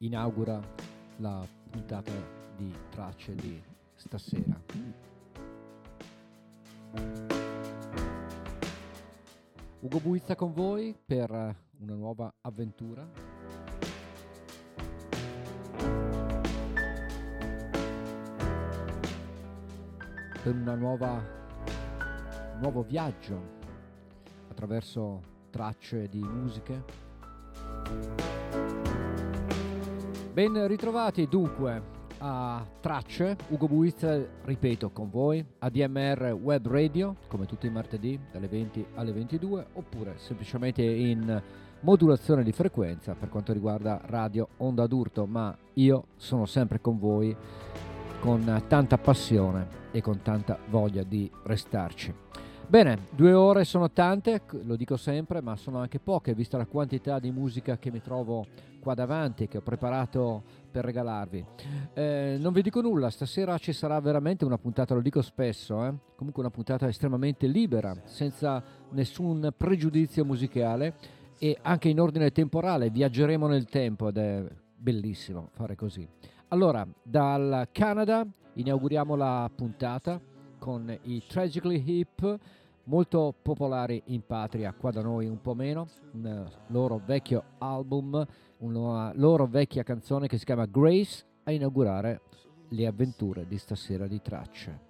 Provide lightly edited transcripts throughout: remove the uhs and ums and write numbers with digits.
inaugura la puntata di Tracce di stasera. Ugo Buizza con voi per una nuova avventura. Per un nuovo viaggio attraverso tracce di musiche. Ben ritrovati dunque a Tracce, Ugo Buizza, ripeto, con voi, ADMR Web Radio, come tutti i martedì, dalle 20 alle 22, oppure semplicemente in modulazione di frequenza per quanto riguarda Radio Onda d'Urto, ma io sono sempre con voi con tanta passione e con tanta voglia di restarci. Bene, 2 ore sono tante, lo dico sempre, ma sono anche poche, vista la quantità di musica che mi trovo qua davanti, che ho preparato per regalarvi. Non vi dico nulla, stasera ci sarà veramente una puntata, lo dico spesso, comunque una puntata estremamente libera, senza nessun pregiudizio musicale e anche in ordine temporale, viaggeremo nel tempo ed è bellissimo fare così. Allora, dal Canada inauguriamo la puntata con i Tragically Hip, molto popolari in patria, qua da noi un po' meno, un loro vecchio album, una loro vecchia canzone che si chiama Grace, a inaugurare le avventure di stasera di Tracce.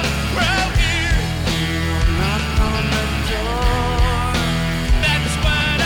That's when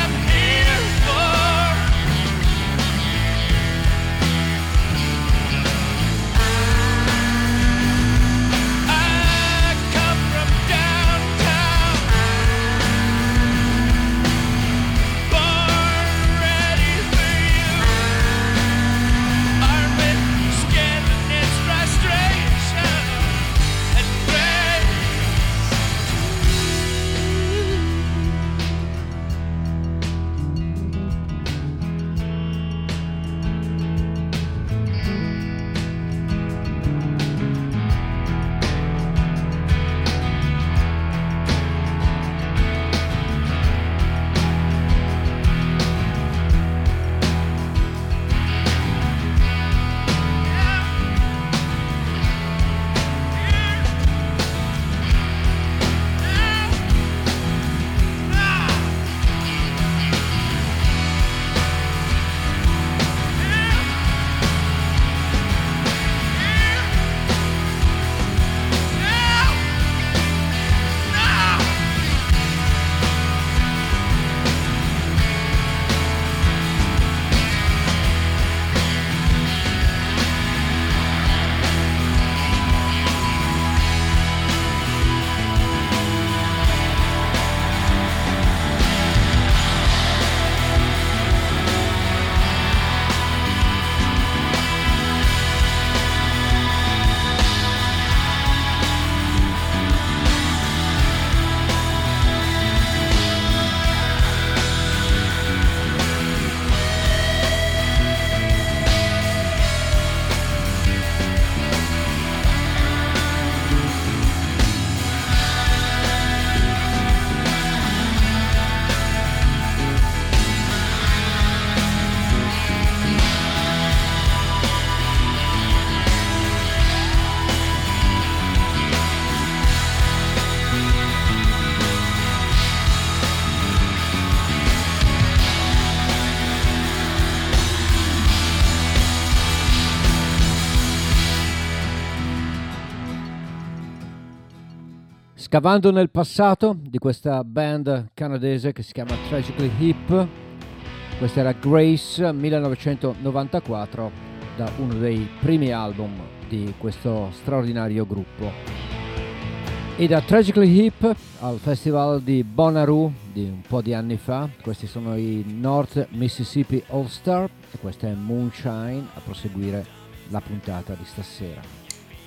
Scavando nel passato di questa band canadese che si chiama Tragically Hip, questa era Grace 1994, da uno dei primi album di questo straordinario gruppo. E da Tragically Hip al festival di Bonnaroo di un po' di anni fa, questi sono i North Mississippi All Star e questa è Moonshine, a proseguire la puntata di stasera.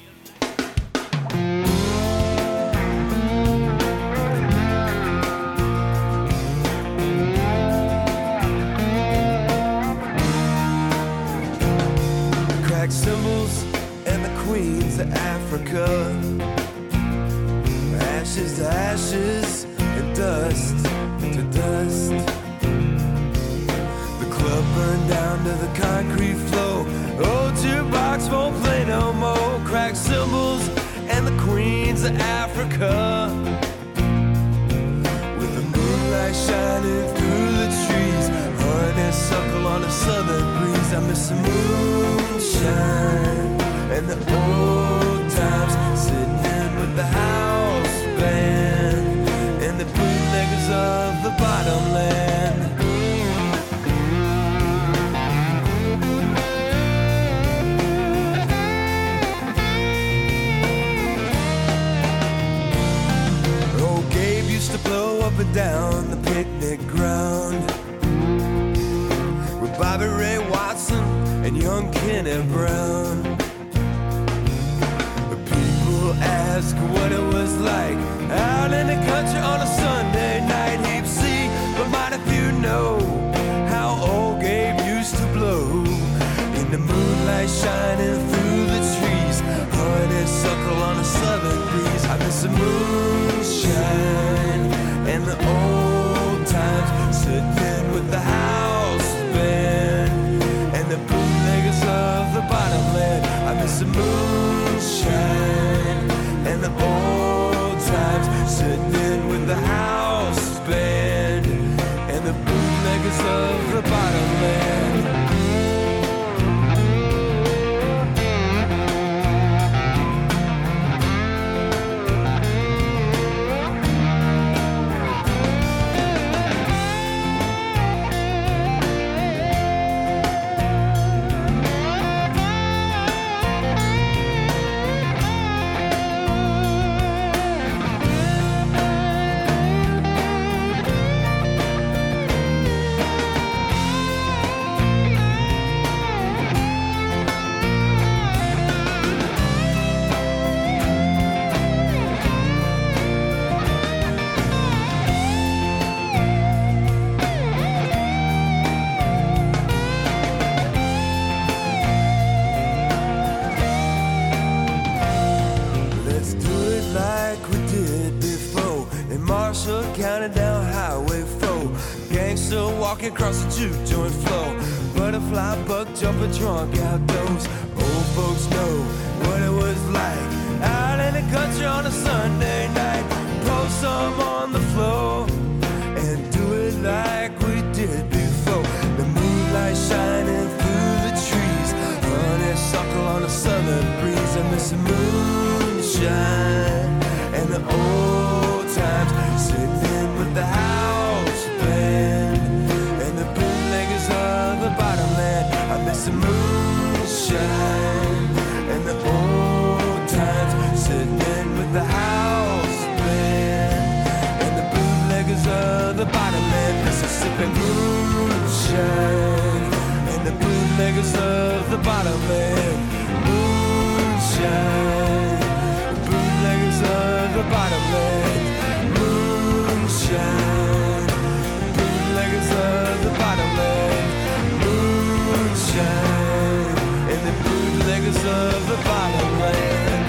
Symbols and the queens of Africa, ashes to ashes and dust to dust. The club burned down to the concrete floor. Old jukebox won't play no more. Cracked cymbals and the queens of Africa, with the moonlight shining through the trees. Honeysuckle on a southern breeze. I miss the moonshine and the old times, sitting in with the house band and the bootleggers of the bottomland. Old Gabe used to blow up and down the picnic ground with Bobby Ray Watson and young Kenny Brown. People ask what it was like out in the country on a Sunday night. He'd see, but mighty few know how old Gabe used to blow in the moonlight shining through the trees. Honeysuckle on a southern breeze. I miss the moonshine and the old times, sitting with the house band and the bootleggers of the bottomland. I miss the moonshine and the old times, sitting with the house band and the bootleggers of the bottomland. Walking across the juke joint floor, butterfly buck jumping drunk outdoors. Old folks know what it was like out in the country on a Sunday night. Pour some on the floor and do it like we did before. The moonlight shining through the trees, honeysuckle on a southern breeze. I miss the moonshine and the old times, sitting with the house band and the bootleggers of the bottomland. I miss the moonshine and the old times, sitting with the house band and the bootleggers of the bottomland. Mississippi moonshine and the bootleggers of the bottomland. Moonshine, the bootleggers of the bottomland. Moonshine, bootleggers of the bottomland. Moonshine and the bootleggers of the bottomland.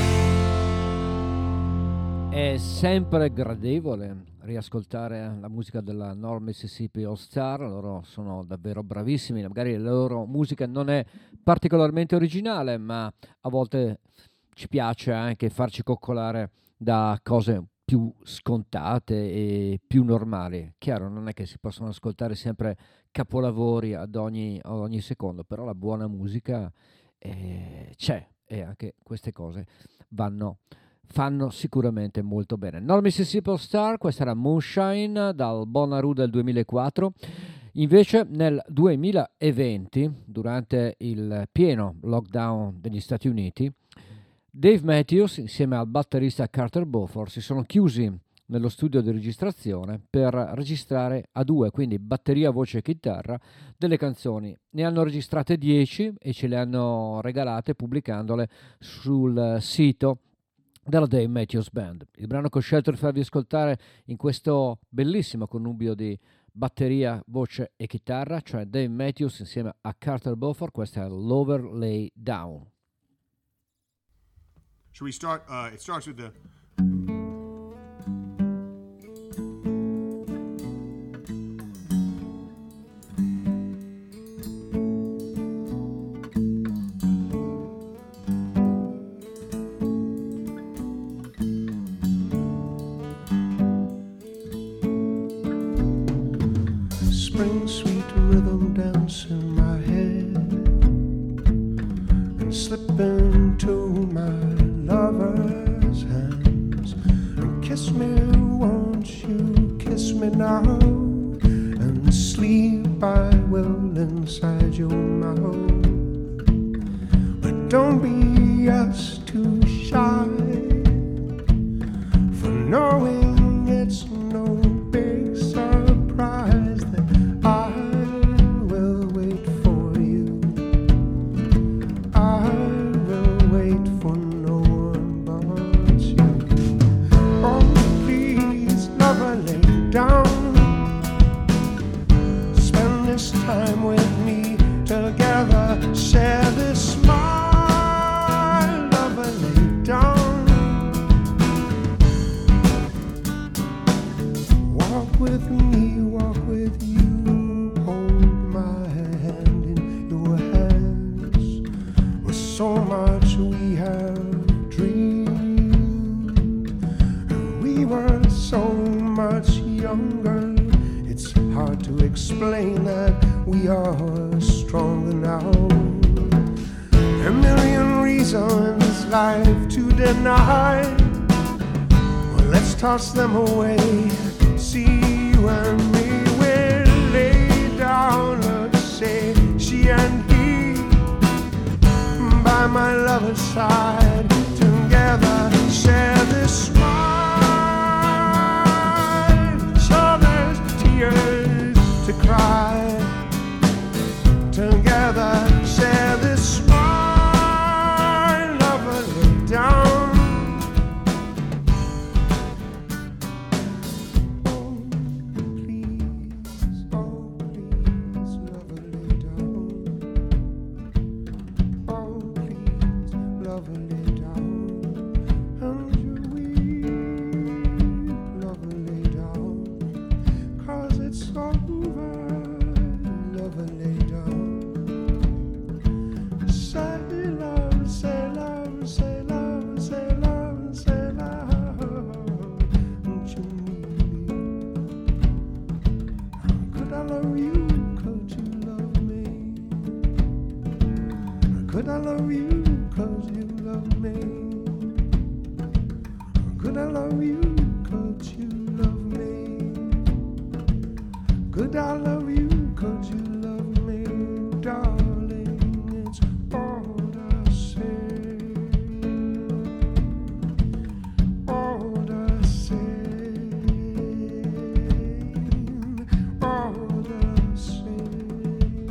È sempre gradevole riascoltare la musica della North Mississippi All Star. Loro sono davvero bravissimi, magari la loro musica non è particolarmente originale, ma a volte ci piace anche farci coccolare da cose più scontate e più normali. Chiaro, non è che si possono ascoltare sempre capolavori ad ogni secondo, però la buona musica c'è, e anche queste cose vanno fanno sicuramente molto bene. North Mississippi Star, questa era Moonshine dal Bonnaroo del 2004. Invece nel 2020, durante il pieno lockdown degli Stati Uniti, Dave Matthews insieme al batterista Carter Beauford si sono chiusi nello studio di registrazione per registrare a due, quindi batteria, voce e chitarra, delle canzoni. Ne hanno registrate 10 e ce le hanno regalate pubblicandole sul sito della Dave Matthews Band. Il brano che ho scelto di farvi ascoltare in questo bellissimo connubio di batteria, voce e chitarra, cioè Dave Matthews insieme a Carter Beauford, questa è Lover Lay Down. Should we start? It starts with the... Spring sweet rhythm dance in my head and slip into my lover's hands and kiss me, won't you kiss me now, and sleep I will inside your mouth, but don't be us too shy for knowing it's no big surprise that I will wait for you. I will wait for no one but you. Oh, please, lover, lay down. Spend this time with me together. Share this smile, lover, lay down. Walk with me, walk with you. Hold my hand in your hands. With so much we have dreamed, and we were so much younger. It's hard to explain that we are stronger now. A million reasons life to deny. Well, let's toss them away. See you and me will lay down. Let's say she and he by my lover's side. Together share this smile. Sure, there's tears to cry. Together share this smile. Lover, lay down. Oh, please, lover, lay down. Oh, please, lover, lay down. And you weep, lover, lay down. 'Cause it's over, lover, lay down. Say love, say love, say love, say love, say love. Don't you need me? Could I love you? Could you love me? Could I love you? Could you love me? Could I love you? Could you love me? Could I love you? Could you love me, darling? It's all the same, all the same, all the same,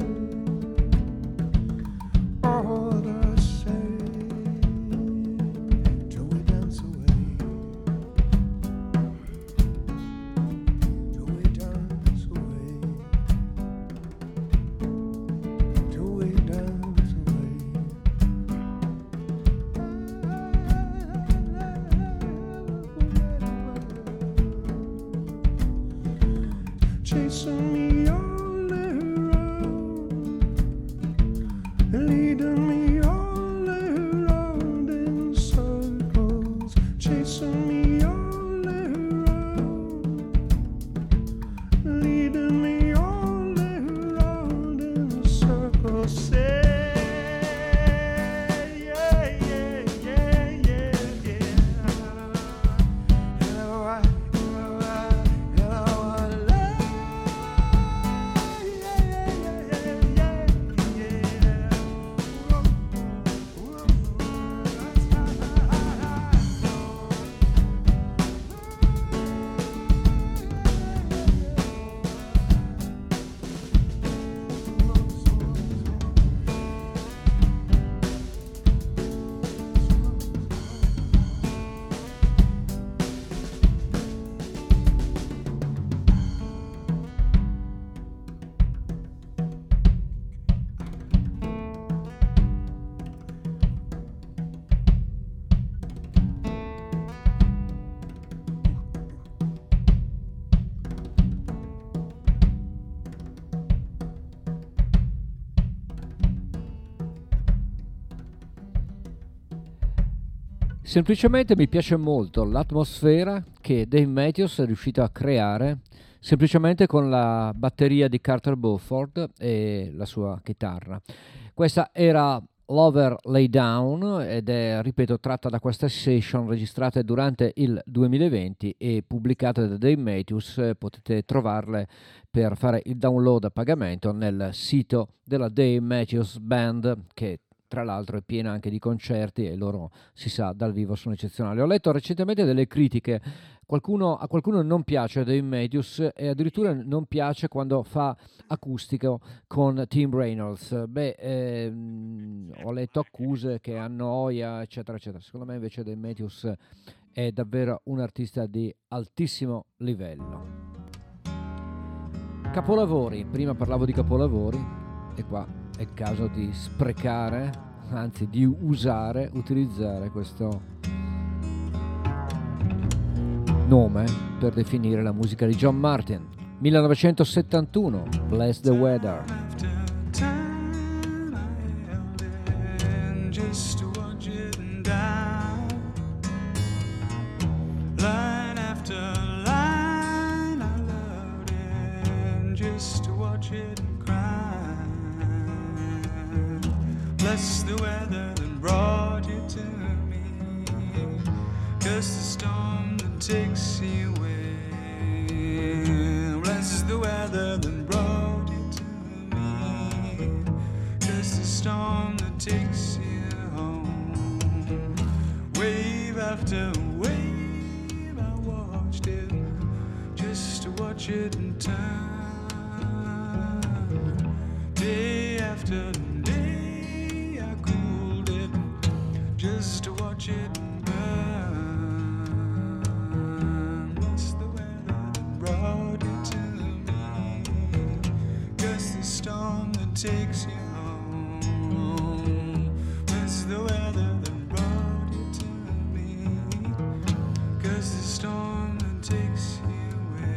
all the same. Till we dance away, till we dance away, till we dance away. Chasing me all around, leading me all around in circles. Chasing me all around, leading me all around in circles. Say, yeah, yeah, yeah, yeah, yeah. Semplicemente mi piace molto l'atmosfera che Dave Matthews è riuscito a creare semplicemente con la batteria di Carter Beauford e la sua chitarra. Questa era Lover Lay Down ed è, ripeto, tratta da queste session registrate durante il 2020 e pubblicate da Dave Matthews. Potete trovarle per fare il download a pagamento nel sito della Dave Matthews Band, che tra l'altro è piena anche di concerti e loro, si sa, dal vivo sono eccezionali. Ho letto recentemente delle critiche, a qualcuno non piace Dave Matthews e addirittura non piace quando fa acustico con Tim Reynolds. Ho letto accuse che annoia, eccetera, eccetera. Secondo me invece Dave Matthews è davvero un artista di altissimo livello. Capolavori, prima parlavo di capolavori e qua è il caso di sprecare, anzi di utilizzare questo nome per definire la musica di John Martyn. 1971, Bless the Weather. Bless the weather that brought you to me, 'cause the storm that takes you away. Bless the weather that brought you to me, 'cause the storm that takes you home. Wave after wave I watched it, just to watch it turn. Day after day I cooled it, just to watch it burn. Bless the weather that brought you to me, 'cause the storm that takes you home. Bless the weather that brought you to me, 'cause the storm that takes you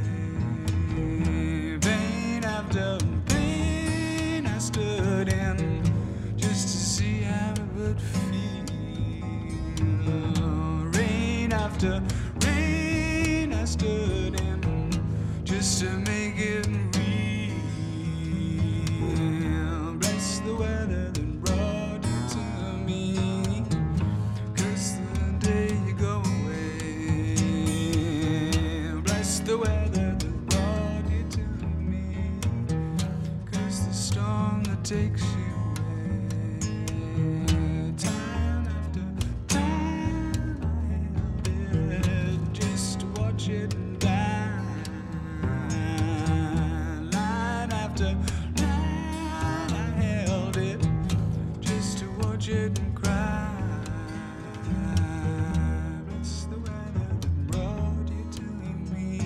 away. Pain after pain I stood in, just to see how it would feel. Rain after rain I stood in, just to make it real. Bless the weather that brought you to me, 'cause the day you go away. Bless the weather that brought you to me, 'cause the storm that takes you away. Time after time I held it, just to watch it die. Line after line I held it, just to watch it cry. Bless the weather that brought you to me,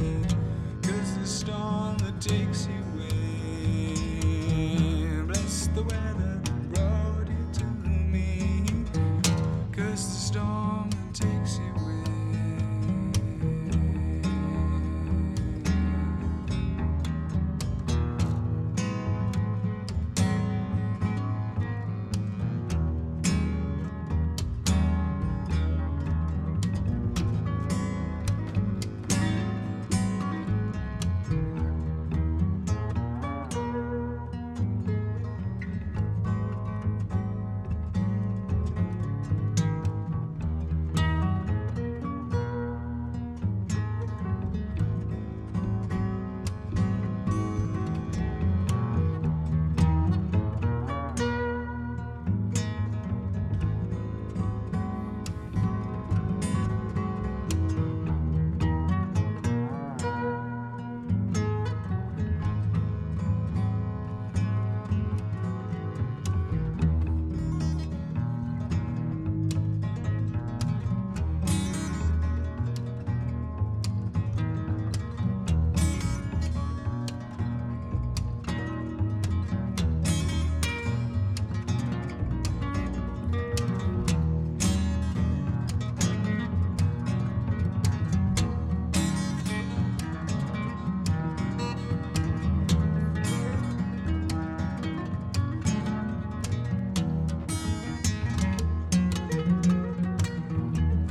'cause the storm that takes you away. Bless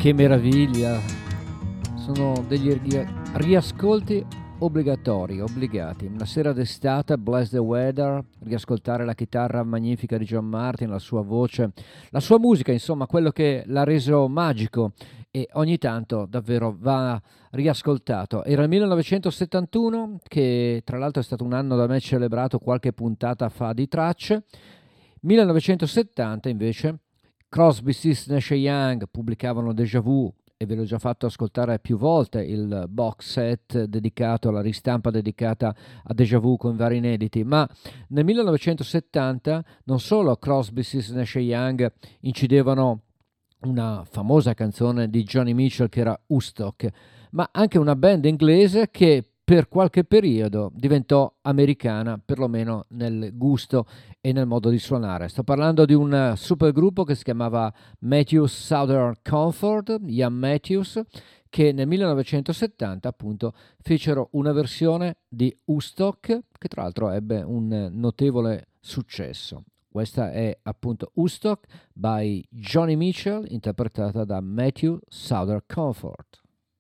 Che meraviglia! Sono degli riascolti obbligati. Una sera d'estate, Bless the Weather, riascoltare la chitarra magnifica di John Martin, la sua voce, la sua musica, insomma, quello che l'ha reso magico e ogni tanto davvero va riascoltato. Era il 1971, che tra l'altro è stato un anno da me celebrato qualche puntata fa di tracce. 1970 invece Crosby, Stills, Nash & Young pubblicavano Déjà Vu, e ve l'ho già fatto ascoltare più volte il box set dedicato, la ristampa dedicata a Déjà Vu con vari inediti, ma nel 1970 non solo Crosby, Stills, Nash & Young incidevano una famosa canzone di Johnny Mitchell che era Woodstock, ma anche una band inglese che per qualche periodo diventò americana, perlomeno nel gusto e nel modo di suonare. Sto parlando di un supergruppo che si chiamava Matthews Southern Comfort, Ian Matthews, che nel 1970 appunto fecero una versione di Woodstock che tra l'altro ebbe un notevole successo. Questa è appunto Woodstock by Johnny Mitchell, interpretata da Matthew Southern Comfort.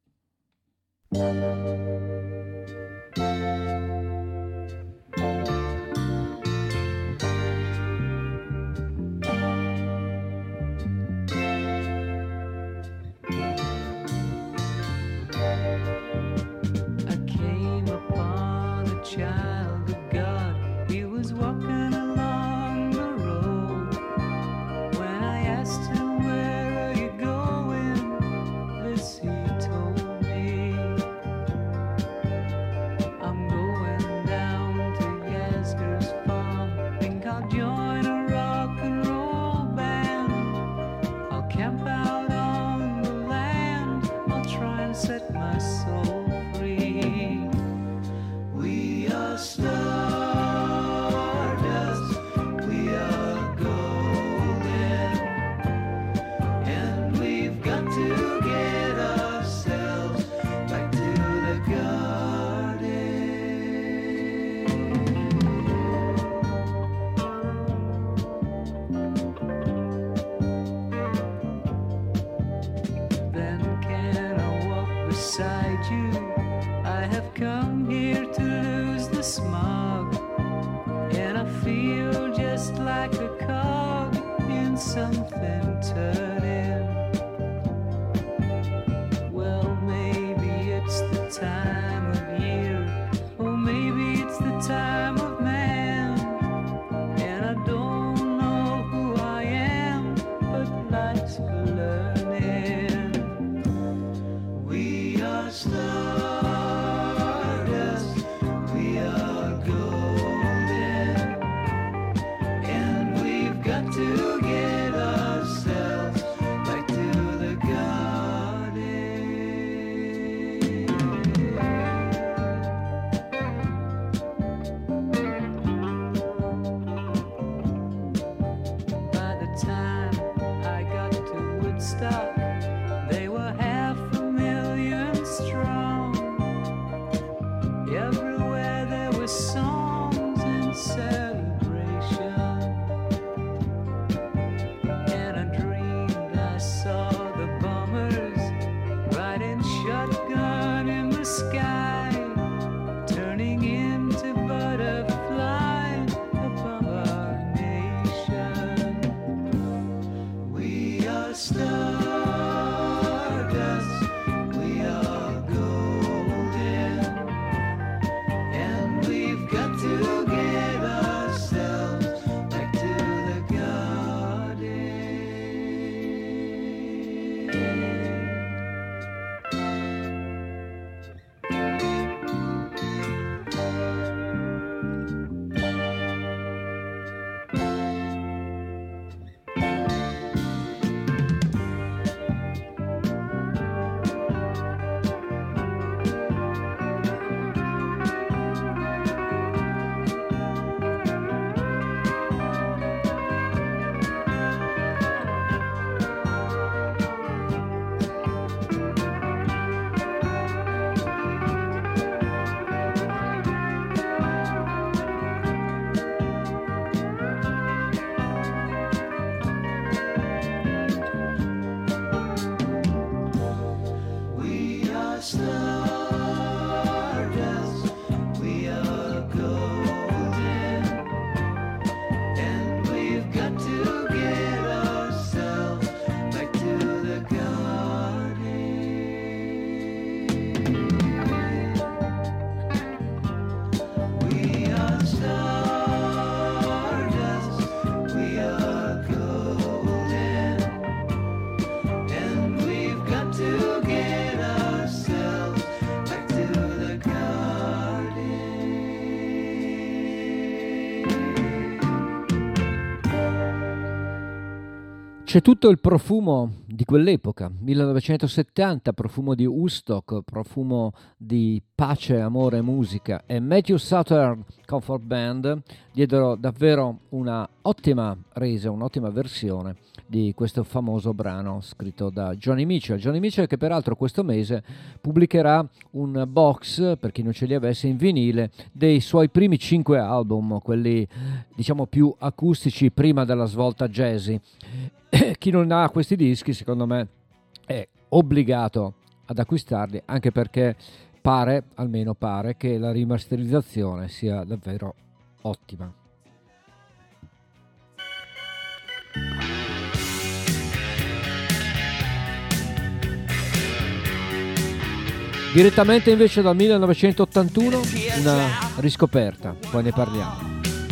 Child of God, he was walking along the road. When I asked him, where are you going? This he told me, I'm going down to Yasgur's farm. Think I'll join a rock and roll band. I'll camp out on the land. I'll try and set my soul free. We are stardust, we are golden, and we've got to get ourselves back to the garden. Then can I walk beside you? I have come here to lose the smile. C'è tutto il profumo di quell'epoca, 1970, profumo di Woodstock, profumo di pace, amore e musica, e Matthew Southern Comfort Band diedero davvero una ottima resa, un'ottima versione di questo famoso brano scritto da Johnny Mitchell. Johnny Mitchell che peraltro questo mese pubblicherà un box, per chi non ce li avesse, in vinile dei suoi primi 5 album, quelli diciamo più acustici prima della svolta jazzy. Chi non ha questi dischi secondo me è obbligato ad acquistarli, anche perché pare, almeno pare, che la rimasterizzazione sia davvero ottima. Direttamente invece dal 1981 una riscoperta, poi ne parliamo.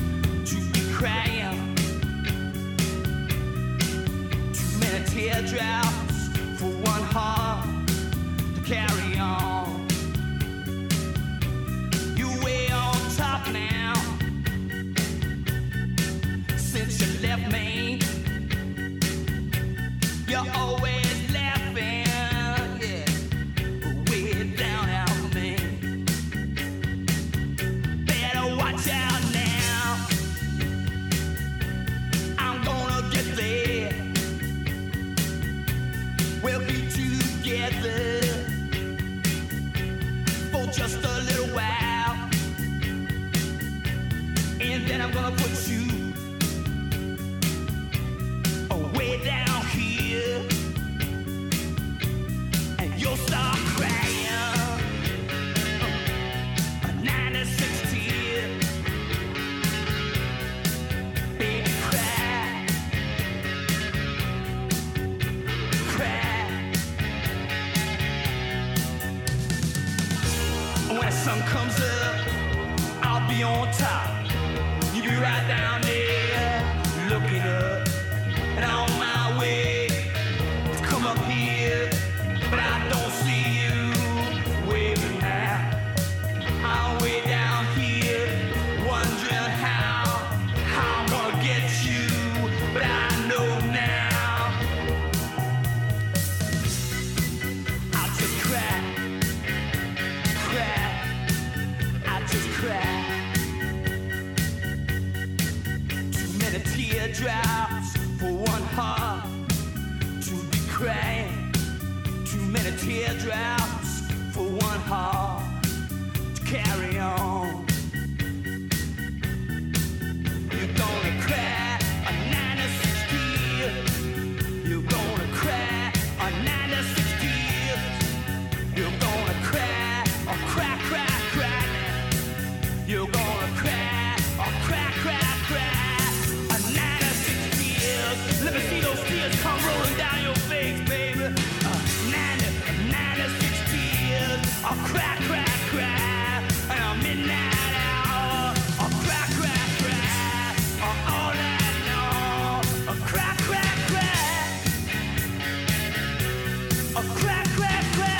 Teardrops for one heart to carry on. You way on top now. Since you left me, you're always laughing, yeah, way down at me. Better watch out now. I'm gonna get there. We'll be together for just a little while, and then I'm gonna put you way down here, and you'll start crying. 96 tears, baby, cry, cry. When the sun comes up, I'll be on top. You be right down there, looking up, and on my way to come up here, but I don't see you waving now. I'm way down here, wondering how I'm gonna get you, but I know now. I'll just cry. I just cry. Too many teardrops for one heart to be crying. Too many teardrops for one heart to carry on. You're gonna cry a 96 tears. You're gonna cry a 96 tears. You're gonna cry or cry, cry, cry. You're gonna cry or cry, cry, cry. A 96 tears. Let me see those tears come rolling down your face, baby. 96 tears. Or cry, cry, cry. And a midnight hour. Or cry, cry, cry. Or all night long. Or cry, cry, cry. Or cry, cry, cry.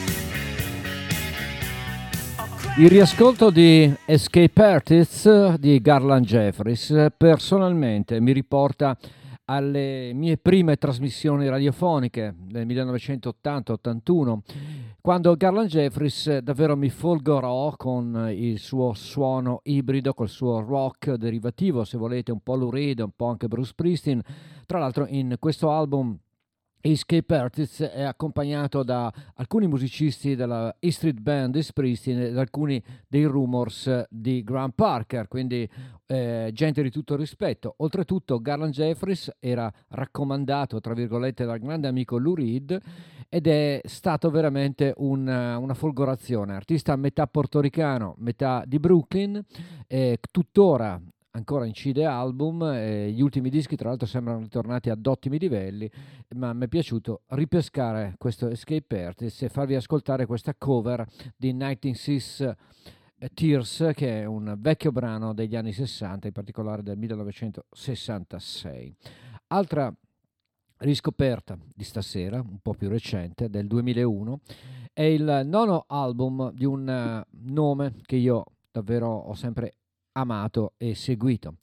Il riascolto di Escape Artists di Garland Jeffries personalmente mi riporta alle mie prime trasmissioni radiofoniche nel 1980-81, quando Garland Jeffries davvero mi folgorò con il suo suono ibrido, col suo rock derivativo, se volete, un po' Lou Reed, un po' anche Bruce Springsteen. Tra l'altro in questo album Escape Artists è accompagnato da alcuni musicisti della E Street Band di Springsteen e da alcuni dei Rumors di Graham Parker, quindi gente di tutto rispetto. Oltretutto Garland Jeffries era raccomandato, tra virgolette, dal grande amico Lou Reed, ed è stato veramente una folgorazione. Artista metà portoricano, metà di Brooklyn, tuttora ancora incide album, gli ultimi dischi tra l'altro sembrano ritornati ad ottimi livelli, ma mi è piaciuto ripescare questo Escape Artists e farvi ascoltare questa cover di 96 Tears, che è un vecchio brano degli anni 60, in particolare del 1966. Altra riscoperta di stasera, un po' più recente, del 2001, è il nono album di un nome che io davvero ho sempre amato e seguito.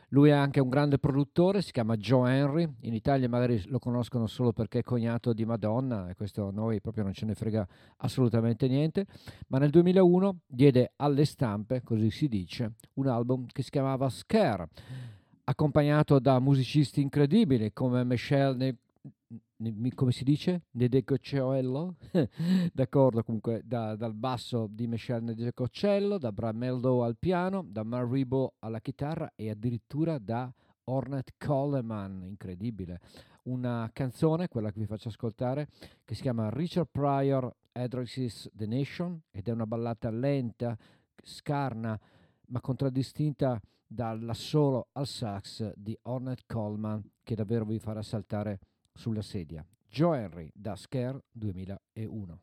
Lui è anche un grande produttore, si chiama Joe Henry, in Italia magari lo conoscono solo perché è cognato di Madonna, e questo a noi proprio non ce ne frega assolutamente niente, ma nel 2001 diede alle stampe, così si dice, un album che si chiamava Scare, accompagnato da musicisti incredibili come Michel come si dice? Nedecocello? D'accordo, comunque dal basso di Michel Nedecocello, da Brameldo al piano, da Maribo alla chitarra e addirittura da Ornette Coleman, incredibile. Una canzone, quella che vi faccio ascoltare, che si chiama Richard Pryor Addresses the Nation ed è una ballata lenta, scarna, ma contraddistinta dall'assolo al sax di Ornette Coleman che davvero vi farà saltare sulla sedia. Joe Henry da Scare 2001.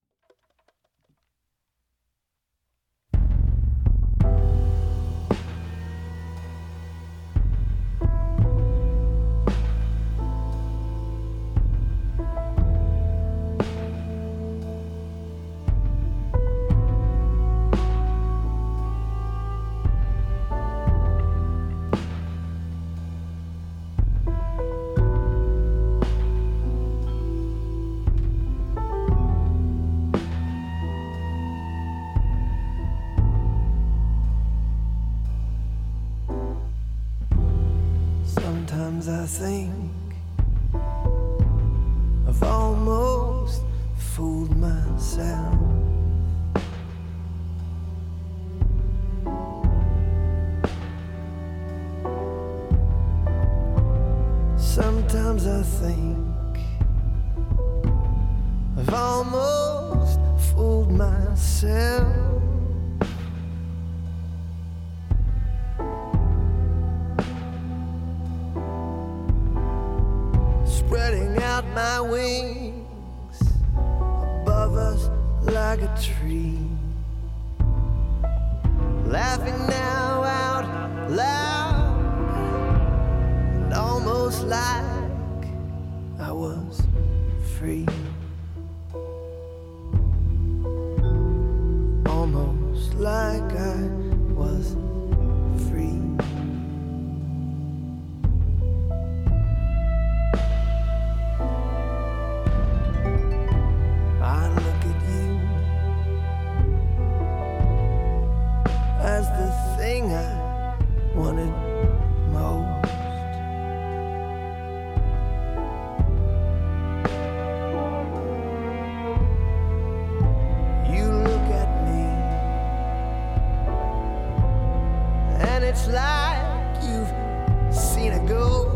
Sometimes I think I've almost fooled myself. Sometimes I think I've almost fooled myself. Spreading out my wings above us like a tree, laughing now out loud, and almost like I was free, almost like I was free. I look at you as the thing I wanted most. You look at me and it's like you've seen a ghost.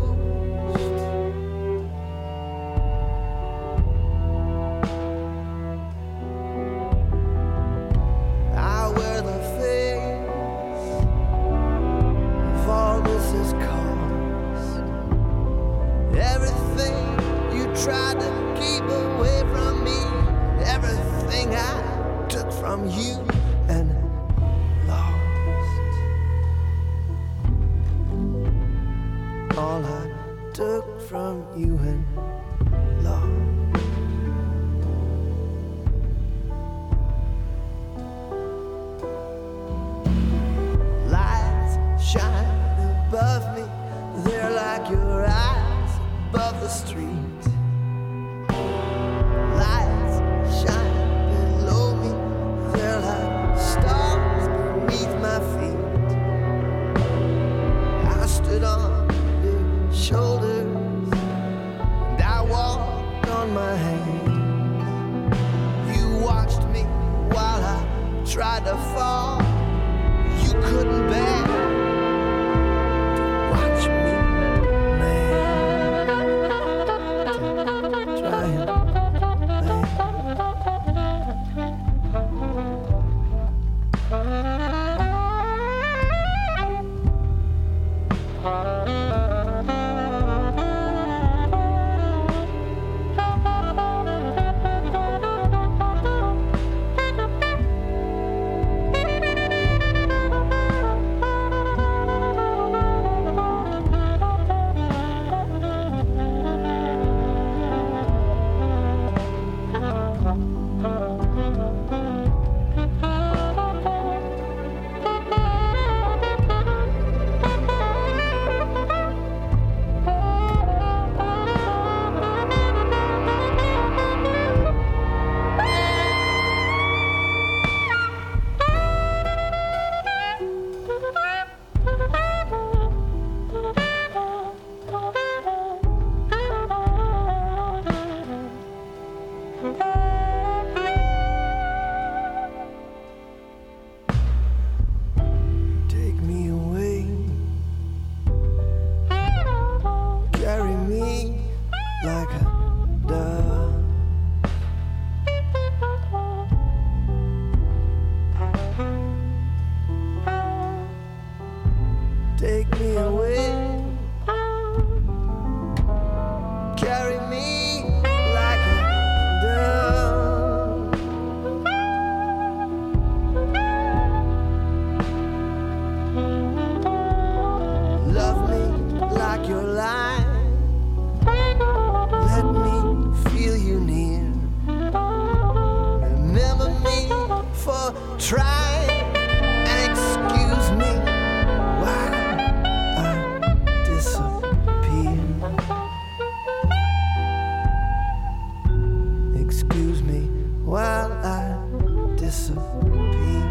I wear the face of all this has cost. Everything you tried to keep away from me, everything I took from you and lost. All I took from you and lost. Lights shine above me, they're like your eyes above the street. Lights shine below me, they're like stars beneath my feet. I stood on your shoulders, and I take me away. Carry me like a dove. Love me like your life. Let me feel you near. Remember me for trying, and excuse me while I disappear. Excuse me while I disappear.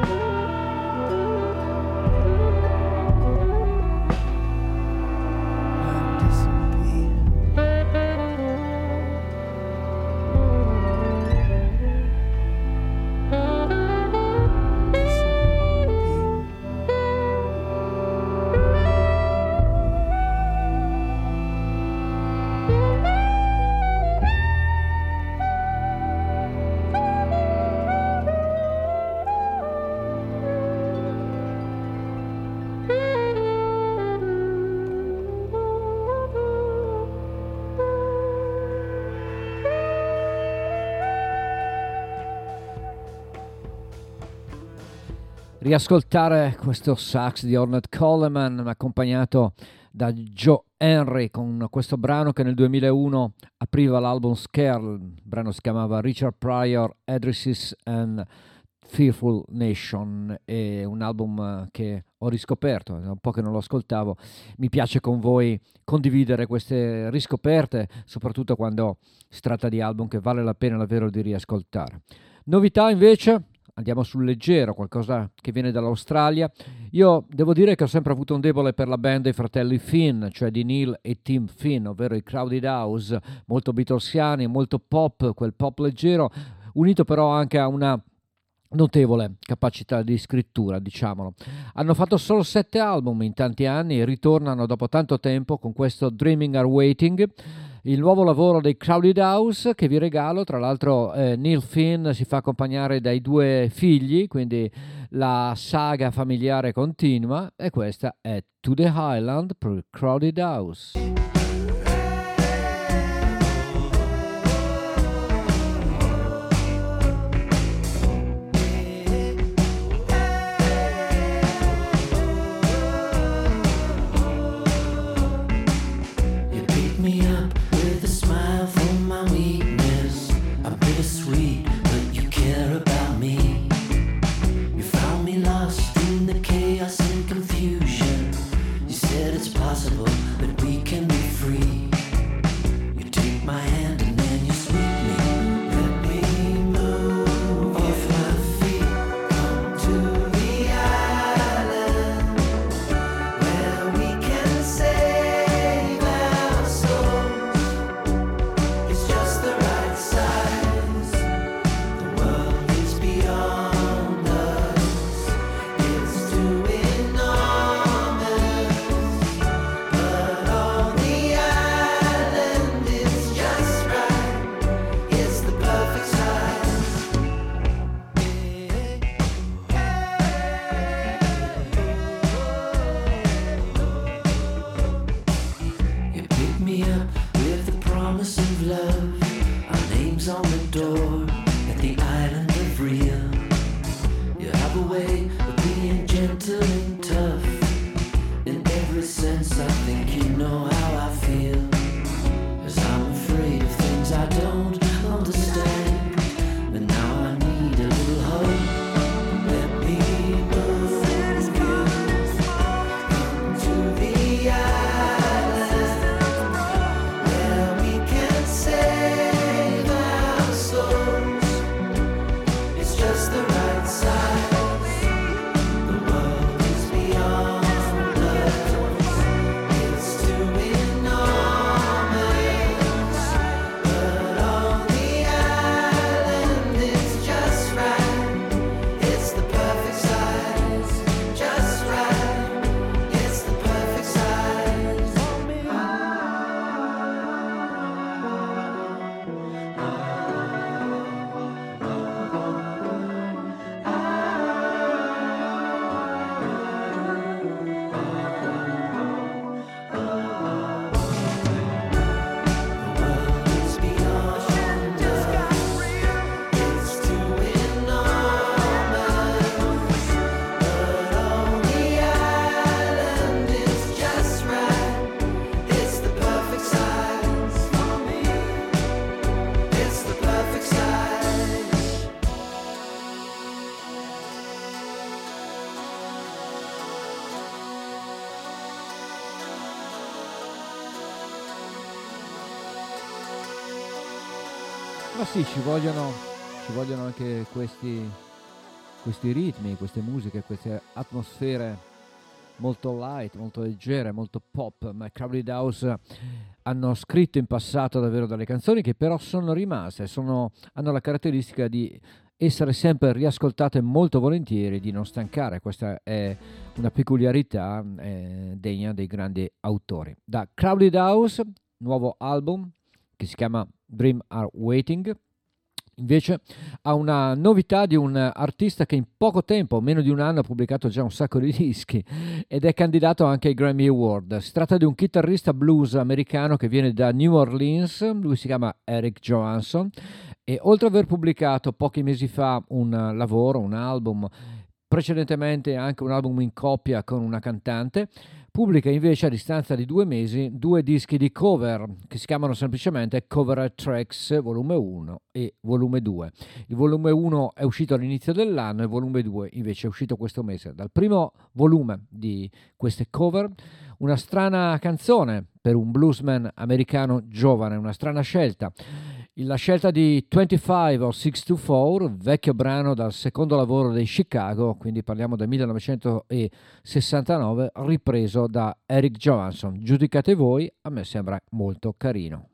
I disappear. Riascoltare questo sax di Ornette Coleman accompagnato da Joe Henry con questo brano che nel 2001 apriva l'album Scare. Il brano si chiamava Richard Pryor, Addresses and Fearful Nation, è un album che ho riscoperto, è un po' che non lo ascoltavo. Mi piace con voi condividere queste riscoperte, soprattutto quando si tratta di album che vale la pena davvero di riascoltare. Novità invece, andiamo sul leggero, qualcosa che viene dall'Australia. Io devo dire che ho sempre avuto un debole per la band dei fratelli Finn, cioè di Neil e Tim Finn, ovvero i Crowded House, molto beatlesiani, molto pop, quel pop leggero, unito però anche a una notevole capacità di scrittura, diciamolo. Hanno fatto solo 7 album in tanti anni e ritornano dopo tanto tempo con questo Dreaming Are Waiting, il nuovo lavoro dei Crowded House che vi regalo. Tra l'altro Neil Finn si fa accompagnare dai 2 figli, quindi la saga familiare continua, e questa è To the Highland per Crowded House. To Ma sì, ci vogliono anche questi ritmi, queste musiche, queste atmosfere molto light, molto leggere, molto pop. Ma i Crowded House hanno scritto in passato davvero delle canzoni che però sono rimaste, hanno la caratteristica di essere sempre riascoltate molto volentieri, di non stancare. Questa è una peculiarità degna dei grandi autori. Da Crowded House, nuovo album che si chiama Dream Are Waiting, invece ha una novità di un artista che in poco tempo, meno di un anno, ha pubblicato già un sacco di dischi ed è candidato anche ai Grammy Award. Si tratta di un chitarrista blues americano che viene da New Orleans, lui si chiama Eric Johansson, e oltre ad aver pubblicato pochi mesi fa un album, precedentemente anche un album in coppia con una cantante, pubblica invece a distanza di 2 mesi 2 dischi di cover che si chiamano semplicemente Cover Tracks volume 1 e volume 2. Il volume 1 è uscito all'inizio dell'anno e il volume 2 invece è uscito questo mese. Dal primo volume di queste cover, una strana canzone per un bluesman americano giovane, una strana scelta. La scelta di 25 o 624, vecchio brano dal secondo lavoro dei Chicago, quindi parliamo del 1969, ripreso da Eric Johansson. Giudicate voi, a me sembra molto carino.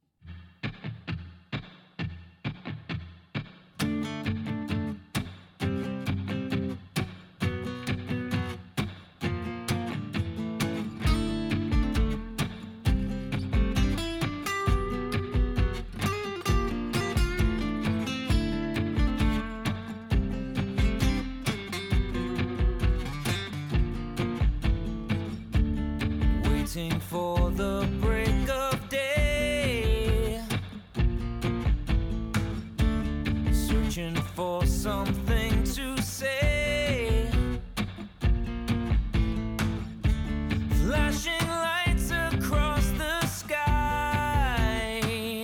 Waiting for the break of day, searching for something to say, flashing lights across the sky,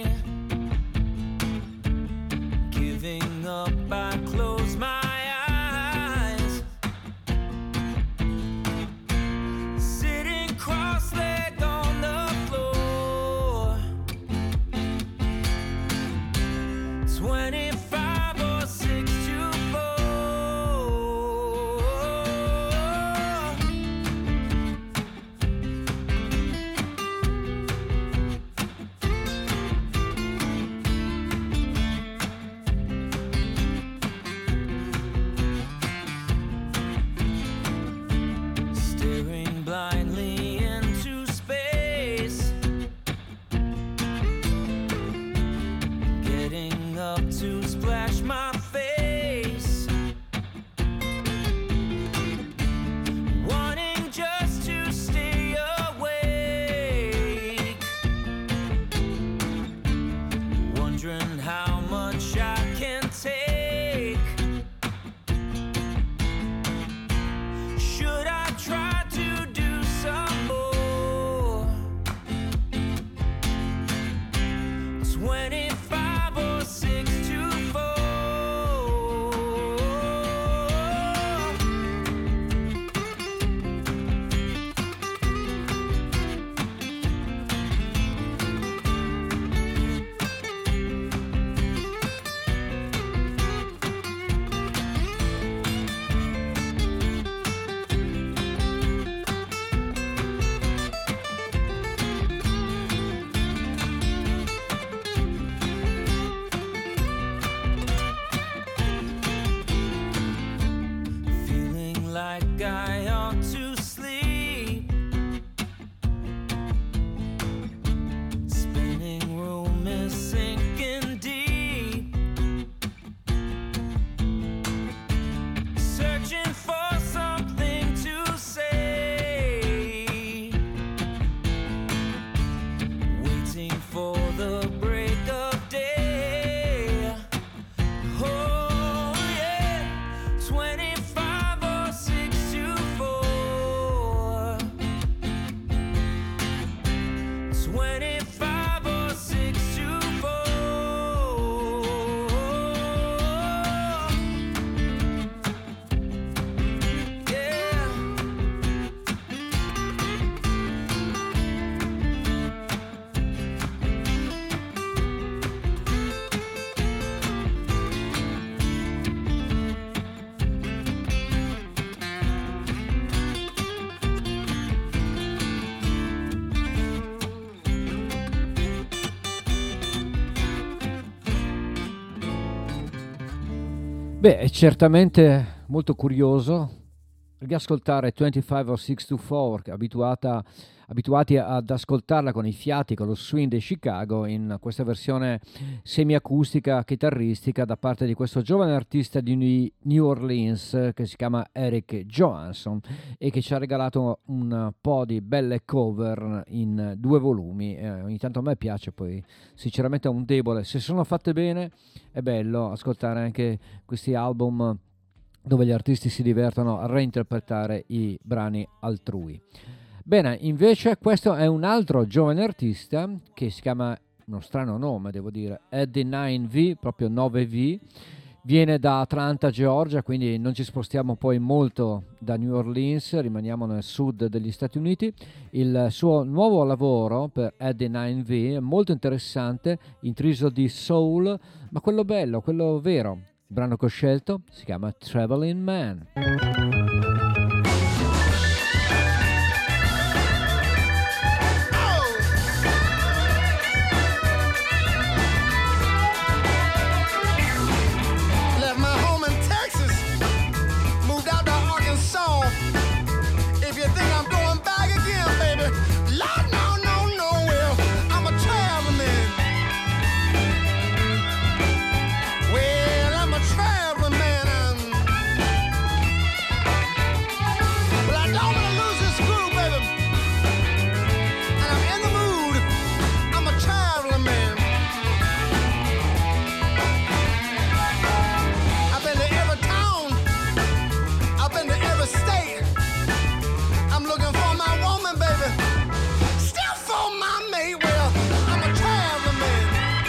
giving up, I close my eyes, sitting cross-legged on Beh, è certamente molto curioso riascoltare 25 or 624, abituati ad ascoltarla con i fiati, con lo swing di Chicago, in questa versione semiacustica, chitarristica, da parte di questo giovane artista di New Orleans che si chiama Eric Johansson e che ci ha regalato un po' di belle cover in 2 volumi. Ogni tanto a me piace, poi sinceramente è un debole. Se sono fatte bene è bello ascoltare anche questi album dove gli artisti si divertono a reinterpretare i brani altrui. Bene, invece questo è un altro giovane artista che si chiama, uno strano nome devo dire, Eddie 9V, proprio 9V, viene da Atlanta, Georgia, quindi non ci spostiamo poi molto da New Orleans, rimaniamo nel sud degli Stati Uniti. Il suo nuovo lavoro per Eddie 9V è molto interessante, intriso di soul, ma quello bello, quello vero. Il brano che ho scelto si chiama Traveling Man. Left my home in Texas, moved out to Arkansas. If you think I'm going back again, baby, Lord, no, no, no, well, I'm a traveling man. Well, I'm a traveling man. Well, I don't want to lose this groove, baby. And I'm in the mood. I'm a traveling man. I've been to every town. I've been to every state. I'm looking for my woman, baby. Still for my mate. Well, I'm a traveling man.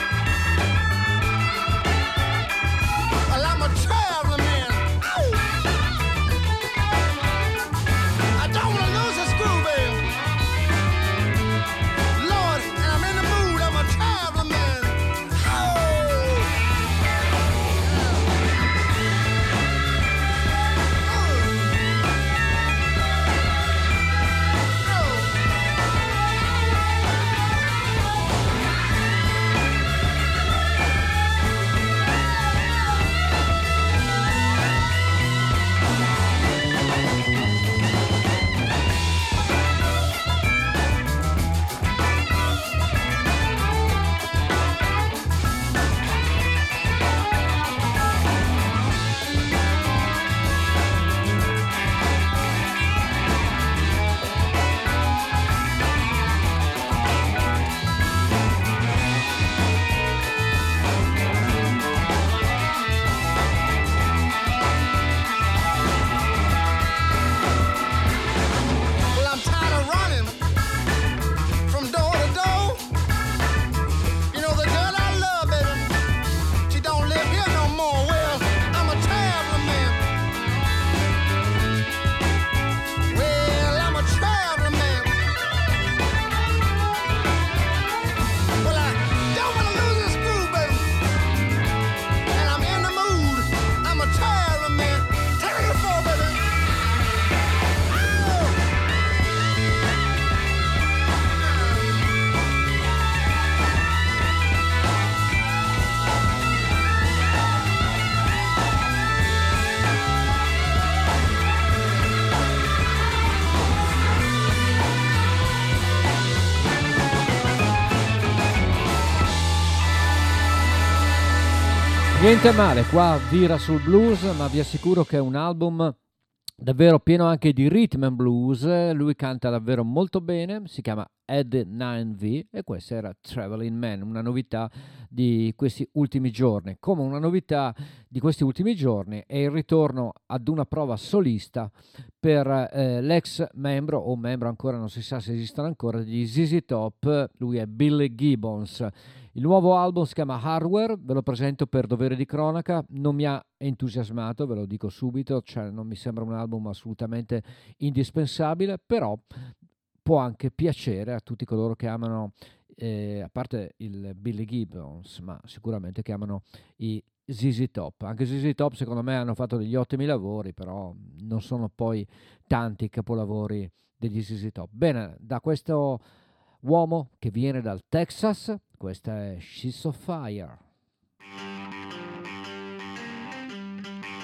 Well, I'm a traveling man. Ow! I don't want to lose this groove, baby. Lord, and I'm in the mood. I'm a traveling man. Well, I'm tired of running from door to door. You know the girl I love, baby, she don't live here no more. Well, I'm a traveling man. Well, I'm a traveling man. Well, I don't want to lose this groove, baby. And I'm in the mood. I'm a traveling man. Take it for, baby. Oh! Niente male, qua vira sul blues, ma vi assicuro che è un album davvero pieno anche di rhythm and blues. Lui canta davvero molto bene, si chiama Ed 9V e questa era Traveling Man, una novità di questi ultimi giorni. Come una novità di questi ultimi giorni è il ritorno ad una prova solista per l'ex membro, o membro ancora non si sa se esistono ancora, di ZZ Top. Lui è Billy Gibbons. Il nuovo album si chiama Hardware, ve lo presento per dovere di cronaca, non mi ha entusiasmato, ve lo dico subito, cioè non mi sembra un album assolutamente indispensabile, però può anche piacere a tutti coloro che amano, a parte il Billy Gibbons, ma sicuramente che amano i ZZ Top. Anche ZZ Top secondo me hanno fatto degli ottimi lavori, però non sono poi tanti i capolavori degli ZZ Top. Bene, da questo uomo che viene dal Texas, questa è She's on Fire.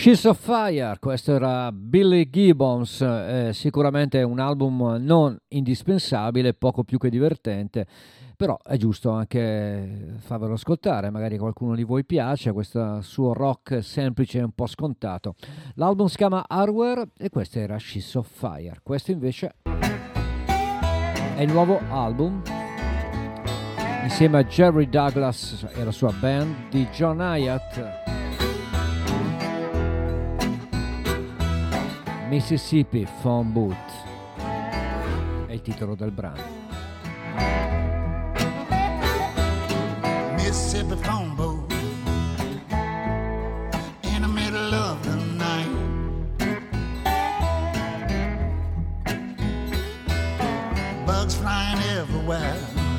She's of Fire, questo era Billy Gibbons, sicuramente un album non indispensabile, poco più che divertente, però è giusto anche farvelo ascoltare, magari qualcuno di voi piace, questo suo rock semplice e un po' scontato. L'album si chiama Hardware e questo era She's of Fire, questo invece è il nuovo album insieme a Jerry Douglas e la sua band di John Hyatt. Mississippi Phone Booth è il titolo del brano. Mississippi phone booth in the middle of the night. Bugs flying everywhere,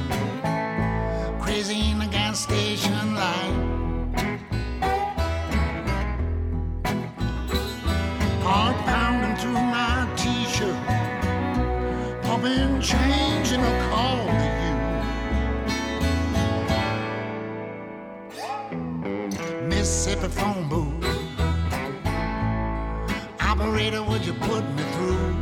crazy in the gas station light. Heart pounding through my t-shirt, pumping change in a call to you. Mississippi phone booth, operator, would you put me through?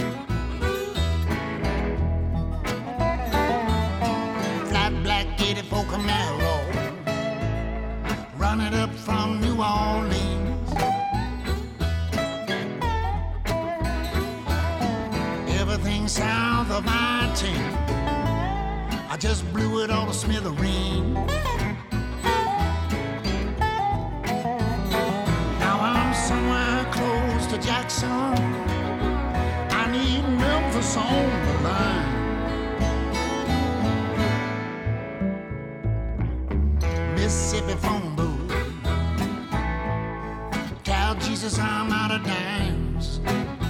Flat black 84 Camaro, run it up from New Orleans. Everything south of I-10, I just blew it all to smithereen. Now I'm somewhere close to Jackson, I need Memphis on the line. Mississippi phone booth, tell Jesus I'm out of dimes.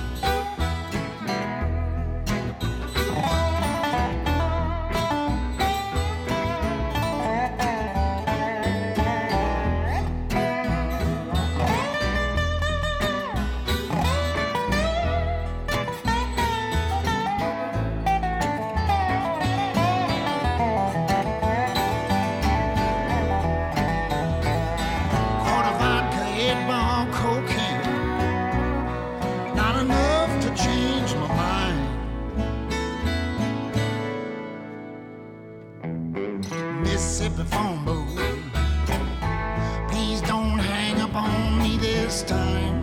Mississippi phone booth, please don't hang up on me this time.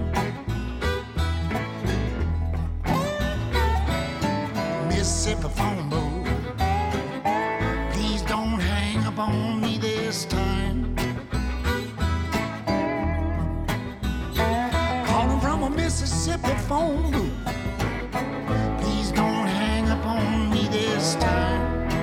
Mississippi phone booth, please don't hang up on me this time. Calling from a Mississippi phone booth, please don't hang up on me this time.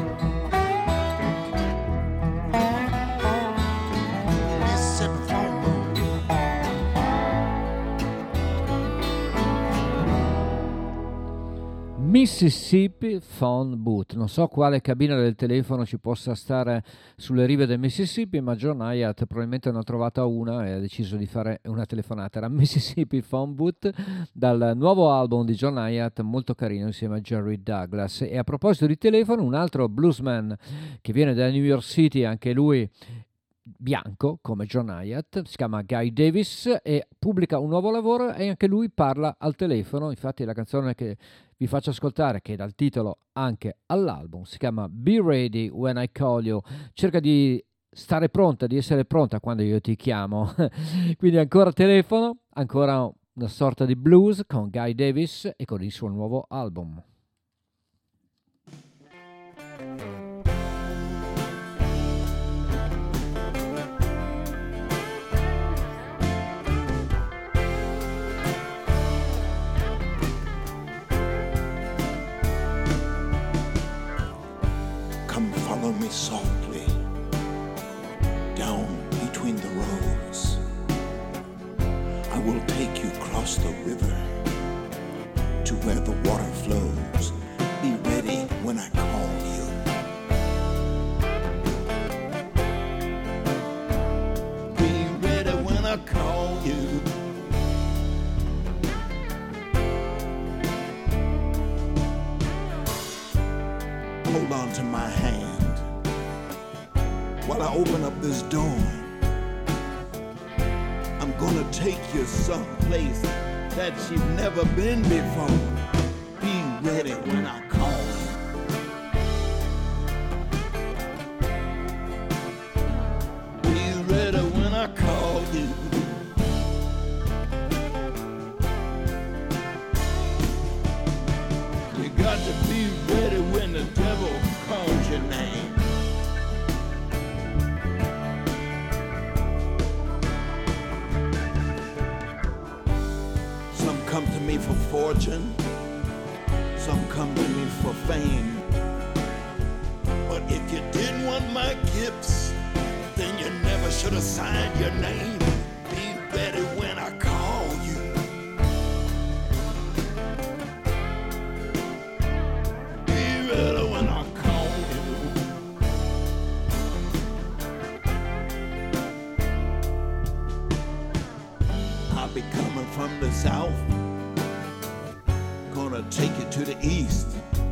Mississippi Phone Booth, non so quale cabina del telefono ci possa stare sulle rive del Mississippi, ma John Hyatt probabilmente ne ha trovata una e ha deciso di fare una telefonata. Era Mississippi Phone Booth dal nuovo album di John Hyatt, molto carino, insieme a Jerry Douglas. E a proposito di telefono, un altro bluesman che viene da New York City, anche lui bianco come John Hyatt, si chiama Guy Davis e pubblica un nuovo lavoro e anche lui parla al telefono. Infatti la canzone che vi faccio ascoltare, che dà il titolo anche all'album, si chiama Be Ready When I Call You, cerca di stare pronta, di essere pronta quando io ti chiamo. Quindi ancora telefono, ancora una sorta di blues con Guy Davis e con il suo nuovo album. Follow me softly down between the rows. I will take you across the river to where the water flows. Be ready when I call you. Be ready when I call you. Hold on to my hand while I open up this door. I'm gonna take you someplace that you've never been before. Be ready when I call you. Be ready when I call you. You got to be ready when the devil calls your name. Some come to me for fortune, some come to me for fame. But if you didn't want my gifts, then you never should have signed your name. Be ready when I call you. Be ready when I call you. I'll be coming from the south, gonna take you to the east.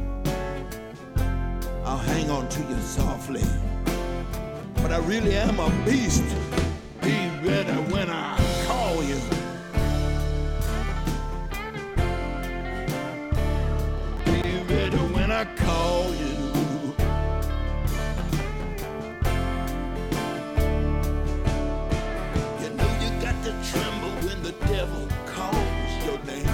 I'll hang on to you softly, but I really am a beast. Be ready when I call you. Be ready when I call you. You know you got to tremble when the devil calls your name.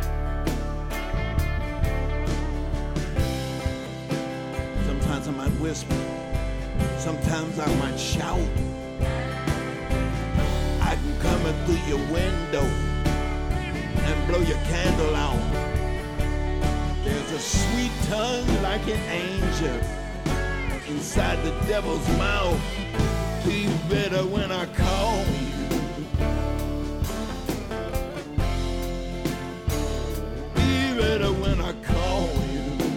Sometimes I might whisper, sometimes I might shout. I can come in through your window and blow your candle out. There's a sweet tongue like an angel inside the devil's mouth. Be better when I call you. Be better when I call you.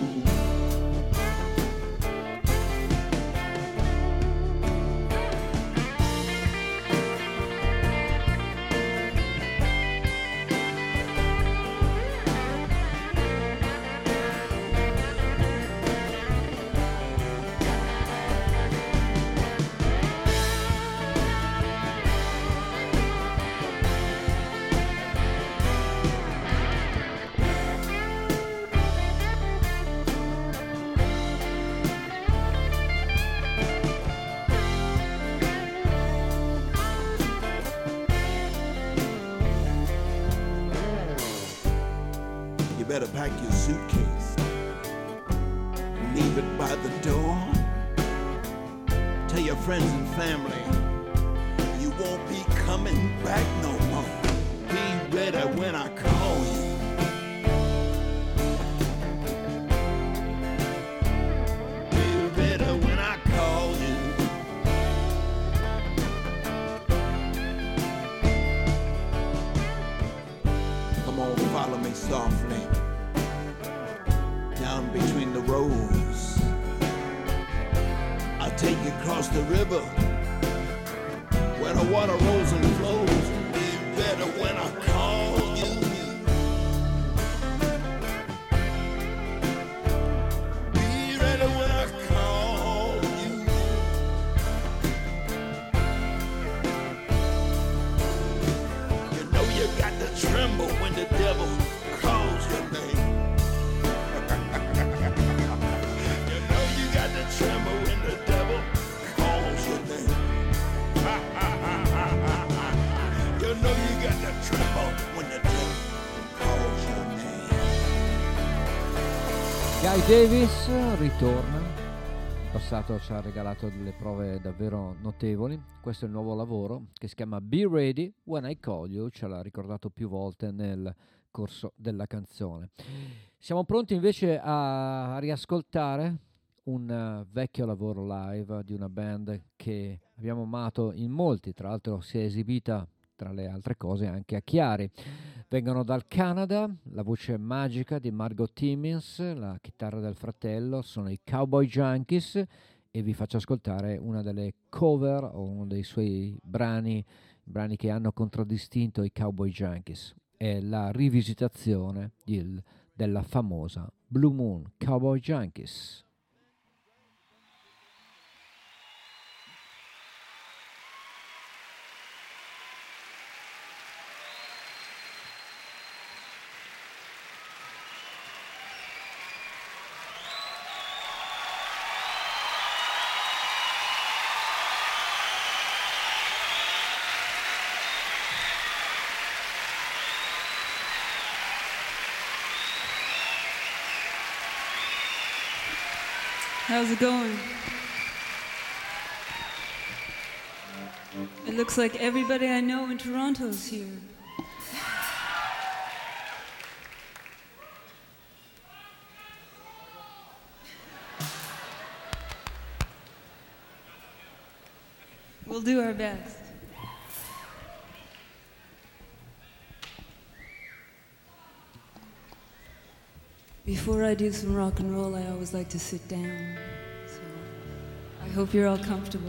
You better pack your suitcase, leave it by the door. Tell your friends and family you won't be coming back no more. Be ready when I call you. Be ready when I call you. Come on, follow me softly down between the rows. I'll take you across the river where the water rolls and flows. Be ready when I call you. Be ready when I call you. You know you got to tremble when the devil calls your name. You know you got to tremble when the devil calls your name. You know you got to tremble when the devil calls your name. Guy Davis ritorna. In passato ci ha regalato delle prove davvero notevoli. Questo è il nuovo lavoro che si chiama Be Ready When I Call You, ce l'ha ricordato più volte nel corso della canzone. Siamo pronti invece a riascoltare un vecchio lavoro live di una band che abbiamo amato in molti, tra l'altro si è esibita tra le altre cose anche a Chiari. Vengono dal Canada, la voce magica di Margot Timmins, la chitarra del fratello, sono i Cowboy Junkies e vi faccio ascoltare una delle cover o uno dei suoi brani che hanno contraddistinto i Cowboy Junkies. È la rivisitazione della famosa Blue Moon Cowboy Junkies. How's it going? It looks like everybody I know in Toronto's here. We'll do our best. Before I do some rock and roll, I always like to sit down. So I hope you're all comfortable.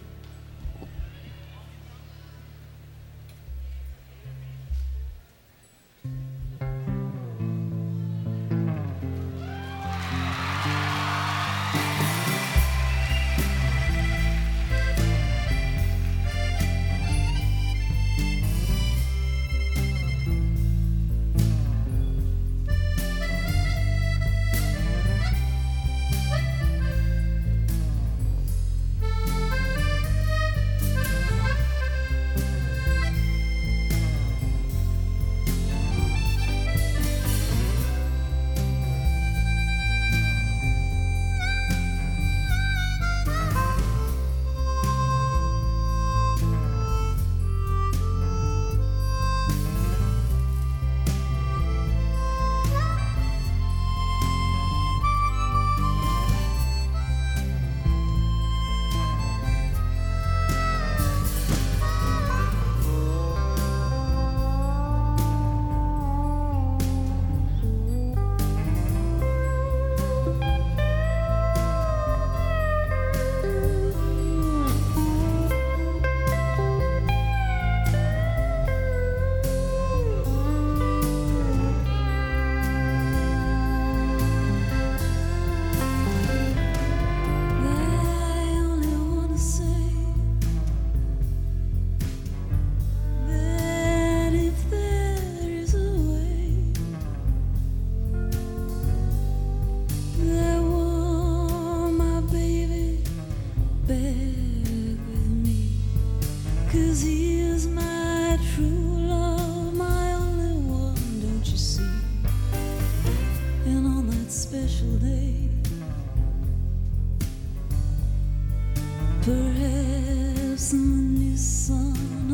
Perhaps when the sun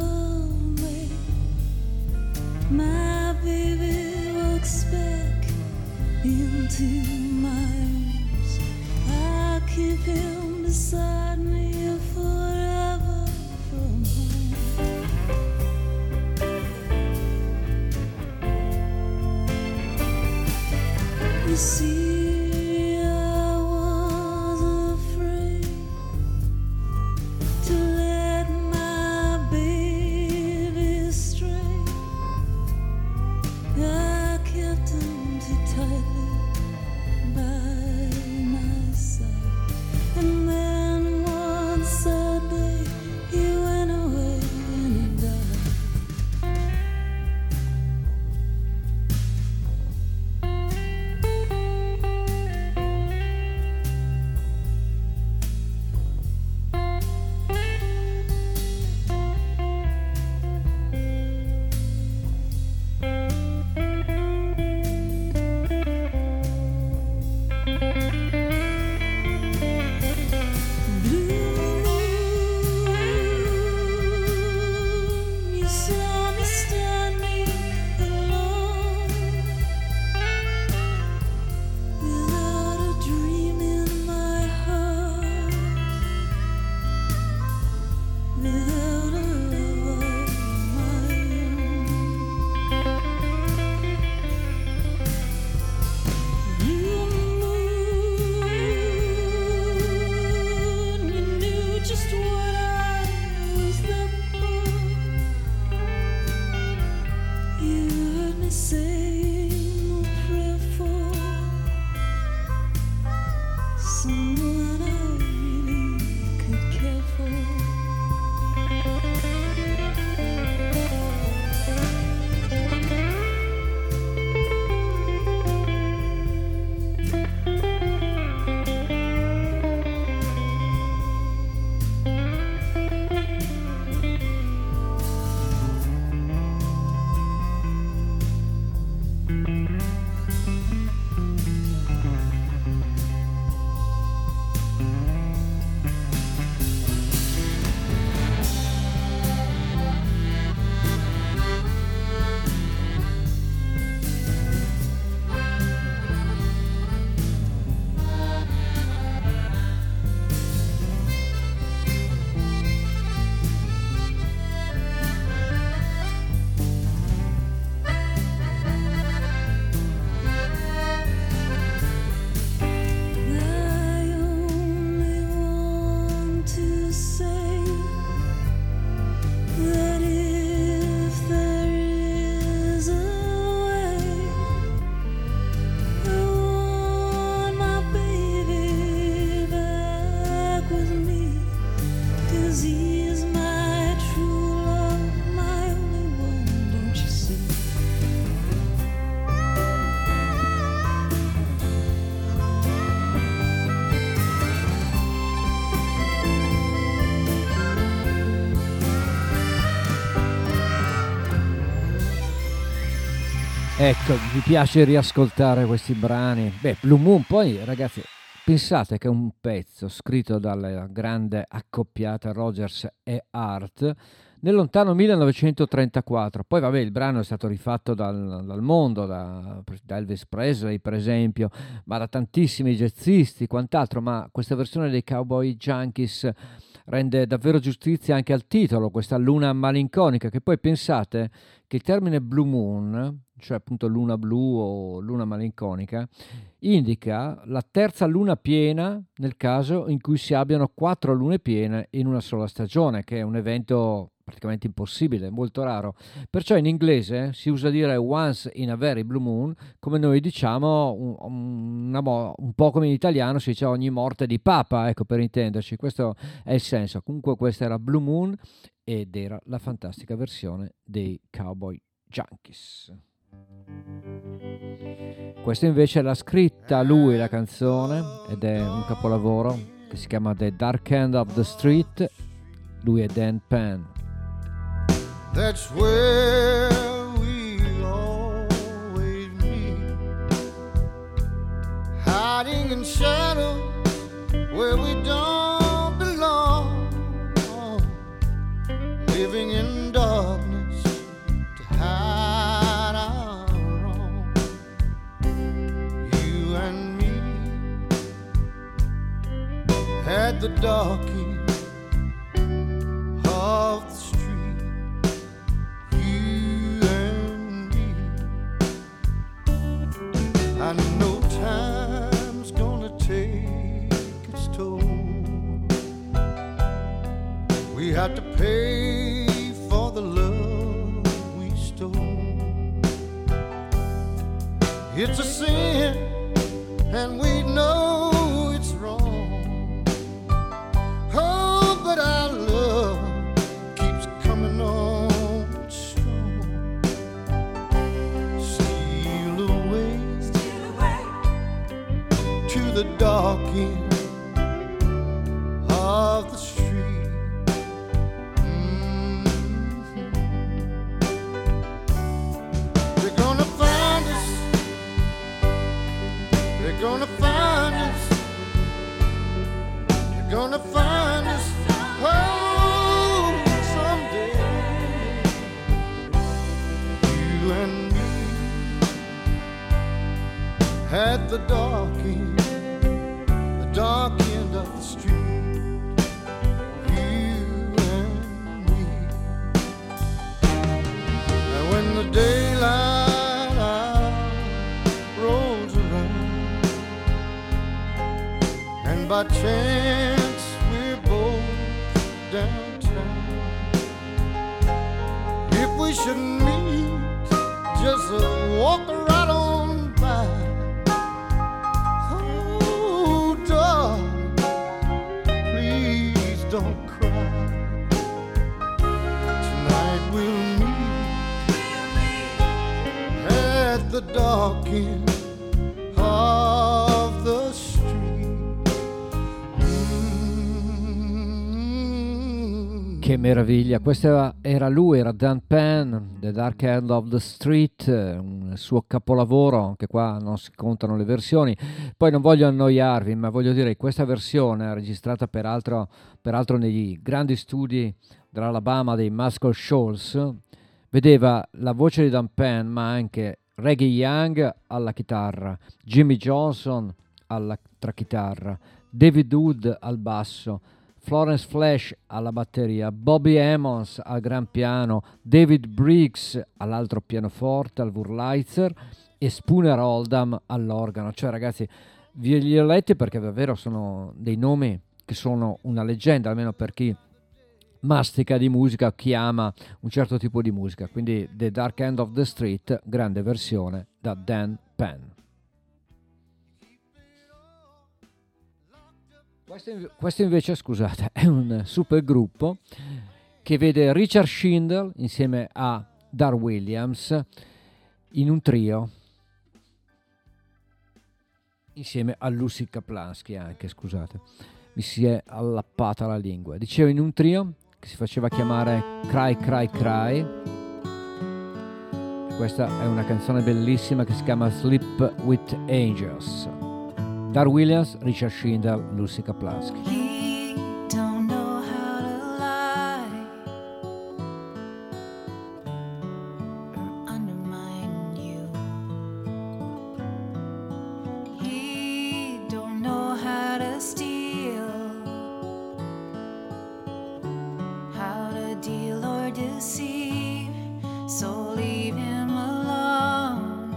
of May, my baby walks back into my arms. I keep him beside me forever from home. You see, by Ecco, mi piace riascoltare questi brani. Beh, Blue Moon, poi ragazzi, pensate che è un pezzo scritto dalla grande accoppiata Rodgers e Hart nel lontano 1934. Poi vabbè, il brano è stato rifatto dal mondo, da Elvis Presley per esempio, ma da tantissimi jazzisti, quant'altro, ma questa versione dei Cowboy Junkies rende davvero giustizia anche al titolo, questa luna malinconica, che poi pensate che il termine Blue Moon, cioè appunto luna blu o luna malinconica, indica la terza luna piena nel caso in cui si abbiano 4 lune piene in una sola stagione, che è un evento praticamente impossibile, molto raro. Perciò in inglese si usa dire once in a very blue moon, come noi diciamo un po' come in italiano si dice ogni morte di papa, ecco, per intenderci. Questo è il senso. Comunque questa era Blue Moon ed era la fantastica versione dei Cowboy Junkies. Questa invece l'ha scritta lui la canzone ed è un capolavoro che si chiama The Dark End of the Street. Lui è Dan Penn. That's where we always meet, hiding in shadows where we don't belong, living in darkness to hide our wrong. You and me at the dark end of the street. I know time's gonna take its toll. We have to pay for the love we stole. It's a sin, and we know it's wrong. Oh, but our love keeps coming on strong. Steal away to the dark end of the street. They're gonna find us. They're gonna find us. They're gonna find us. Oh, someday. You and me at the dark end. Dark end of the street, you and me. And when the daylight hour rolls around, and by chance we're both downtown, if we should meet, just walk right on by. Please don't cry. Tonight we'll meet at the dark end of the street. Che meraviglia, questo era lui, era Dan Penn, The Dark End of the Street, un suo capolavoro. Anche qua non si contano le versioni. Poi non voglio annoiarvi, ma voglio dire che questa versione, registrata peraltro negli grandi studi dell'Alabama dei Muscle Shoals, vedeva la voce di Dan Penn, ma anche Reggie Young alla chitarra, Jimmy Johnson alla chitarra, David Wood al basso, Florence Flash alla batteria, Bobby Emmons al gran piano, David Briggs all'altro pianoforte, al Wurlitzer, e Spooner Oldham all'organo. Cioè ragazzi, vi li ho letti perché davvero sono dei nomi che sono una leggenda, almeno per chi mastica di musica, chi ama un certo tipo di musica. Quindi The Dark End of the Street, grande versione da Dan Penn. Questo invece, scusate, è un super gruppo che vede Richard Schindler insieme a Dar Williams in un trio, insieme a Lucy Kaplansky anche, scusate, mi si è allappata la lingua. Dicevo, in un trio che si faceva chiamare Cry Cry Cry. Questa è una canzone bellissima che si chiama Sleep with Angels. Dar Williams, Richard Schindler, Lucy Kaplanski. He don't know how to lie or undermine you. He don't know how to steal, how to deal or deceive. So leave him alone,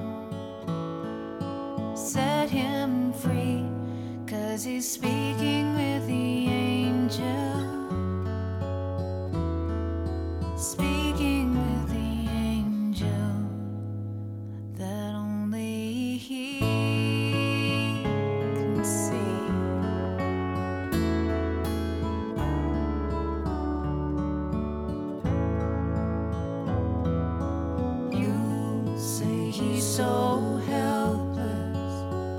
set him free, 'cause he's speaking with the angel, speaking with the angel that only he can see. You say he's so helpless,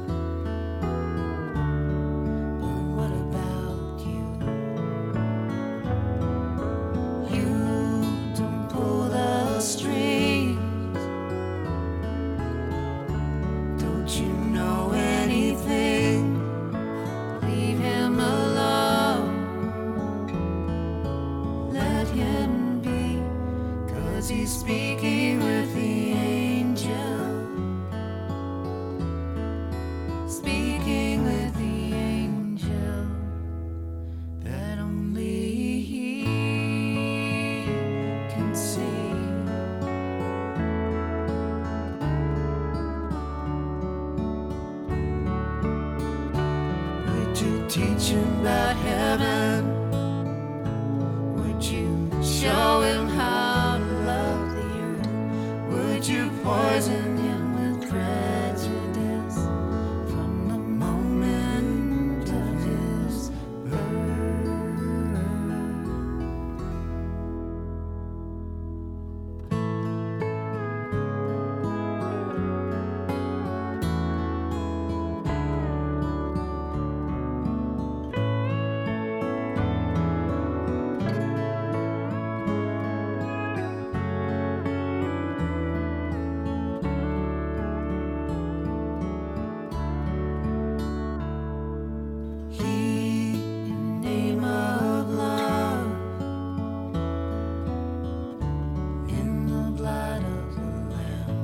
but what about you? You don't pull the strings. Don't you know anything? Leave him alone. Let him be, 'cause he's speaking with the angel, speaking with the angel that only he can see. Would you teach him about heaven? Would you show him how to love the earth? Would you poison him with prejudice from the moment of his birth? He, in the name of love, in the blood of the Lamb,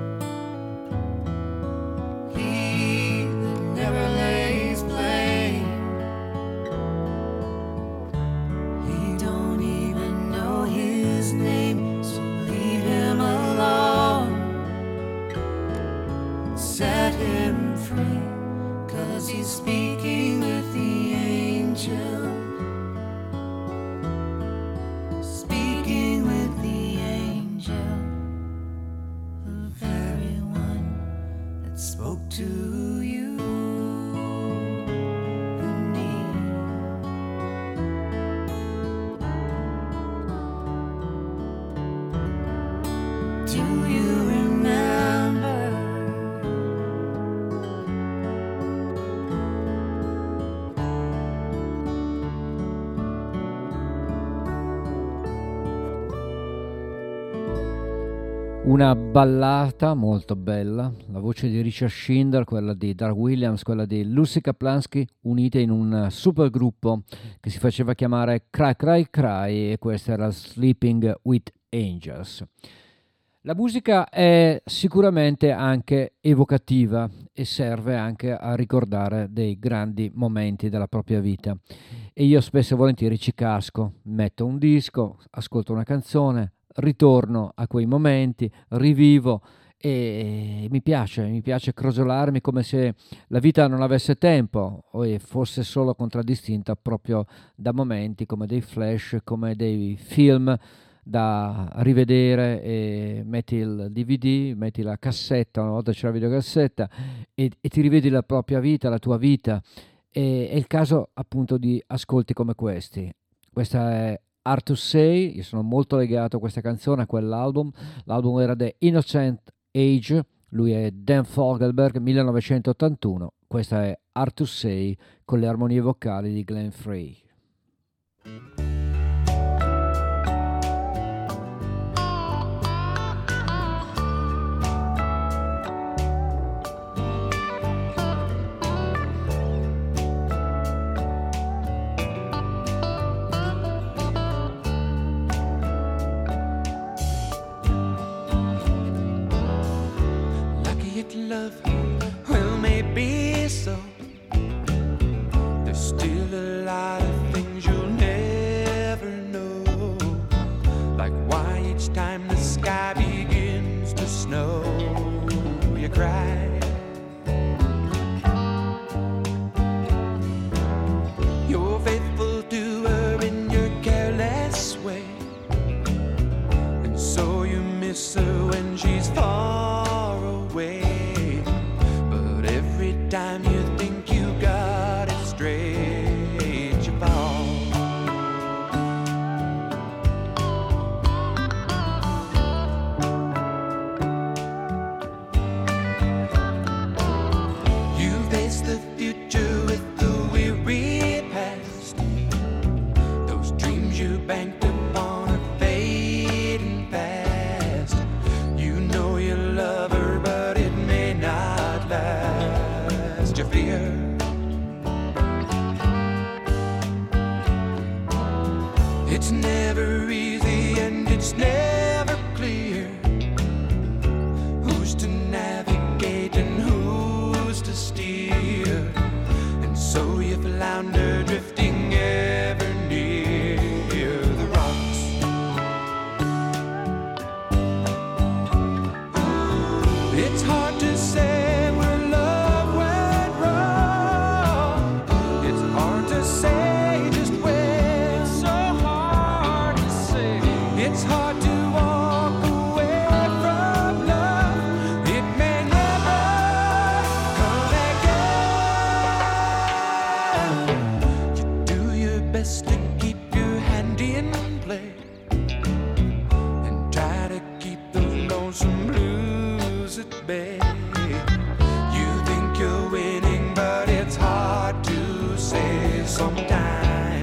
he that never lays blame, he don't even know his name, so leave him alone, set him free, 'cause he's speaking with the angel, speaking with the angel, the very one that spoke to you and me. Do you remember? Una ballata molto bella, la voce di Richard Schindler, quella di Dar Williams, quella di Lucy Kaplanski, unite in un supergruppo che si faceva chiamare Cry Cry Cry, e questa era Sleeping with Angels. La musica è sicuramente anche evocativa e serve anche a ricordare dei grandi momenti della propria vita, e io spesso e volentieri ci casco, metto un disco, ascolto una canzone, ritorno a quei momenti, rivivo e mi piace crosolarmi come se la vita non avesse tempo o fosse solo contraddistinta proprio da momenti come dei flash, come dei film da rivedere, e metti il DVD, metti la cassetta, una volta c'era la videocassetta, e ti rivedi la propria vita, la tua vita, e è il caso appunto di ascolti come questi. Questa è Hard to Say, io sono molto legato a questa canzone, a quell'album. L'album era The Innocent Age, lui è Dan Fogelberg, 1981. Questa è Hard to Say con le armonie vocali di Glenn Frey. love? Well, maybe so. There's still a lot of things you'll never know, like why each time the sky begins to snow, you cry. You're faithful to her in your careless way, and so you miss her when she's far away. But every time you think you got it straight, you fall. You face the future with the weary past. Those dreams you banked upon are fading fast. You know you love her, but it may not last. You fear it's never easy and it's never clear who's to navigate and who's to steer. And so you flounder, drifting ever near the rocks. It's hard to say where love went wrong. It's hard to say just when. It's so hard to say. It's hard to walk away from love. It may never come again. You do your best to keep your hand in play and try to keep those lonesome blues at bay. You think you're winning, but it's hard to say sometimes.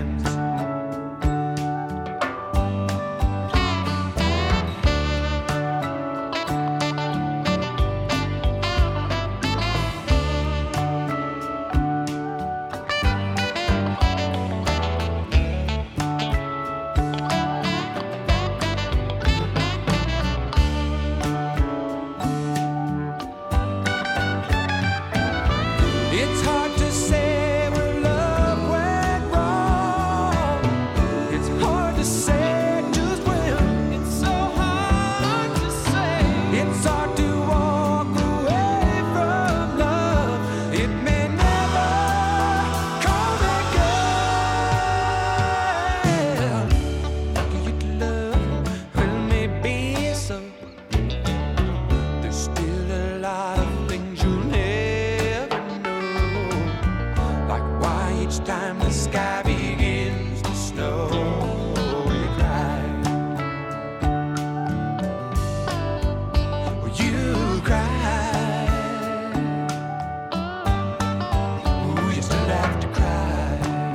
It's hard to say where love went wrong. It's hard to say just when. It's so hard to say. It's hard to walk away from love. It may never come again. You'd love, well, maybe so. There's still a lot of things you'll never know, like why each time the sky begins to snow, you cry. Well, you cry. Ooh, you still have to cry.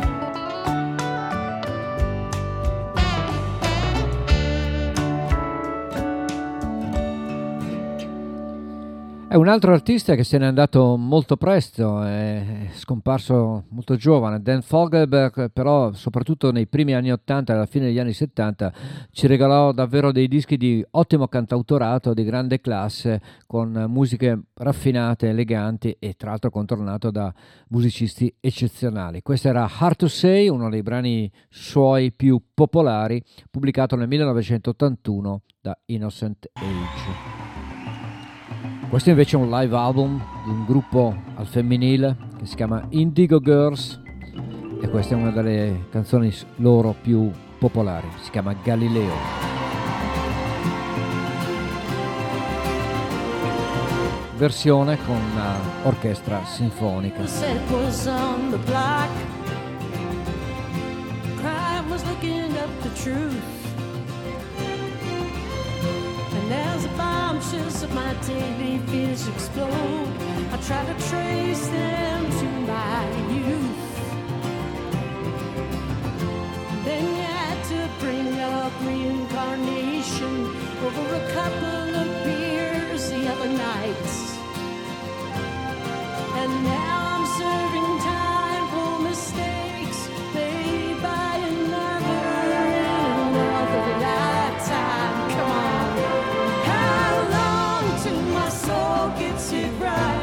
È un altro artista che se n'è andato molto presto, è scomparso molto giovane. Dan Fogelberg, però, soprattutto nei primi anni 80 e alla fine degli anni 70, ci regalò davvero dei dischi di ottimo cantautorato, di grande classe, con musiche raffinate, eleganti e tra l'altro contornato da musicisti eccezionali. Questo era Hard to Say, uno dei brani suoi più popolari, pubblicato nel 1981 da Innocent Age. Questo invece è un live album di un gruppo al femminile che si chiama Indigo Girls e questa è una delle canzoni loro più popolari, si chiama Galileo. Versione con orchestra sinfonica. Set was on the block. Crime was looking up the truth. And as the bombshells of my daily fears explode, I try to trace them to my youth. Then you had to bring up reincarnation over a couple of beers the other nights. And now I'm serving time for mistakes made by another in another lifetime. Come on, how long till my soul gets it right?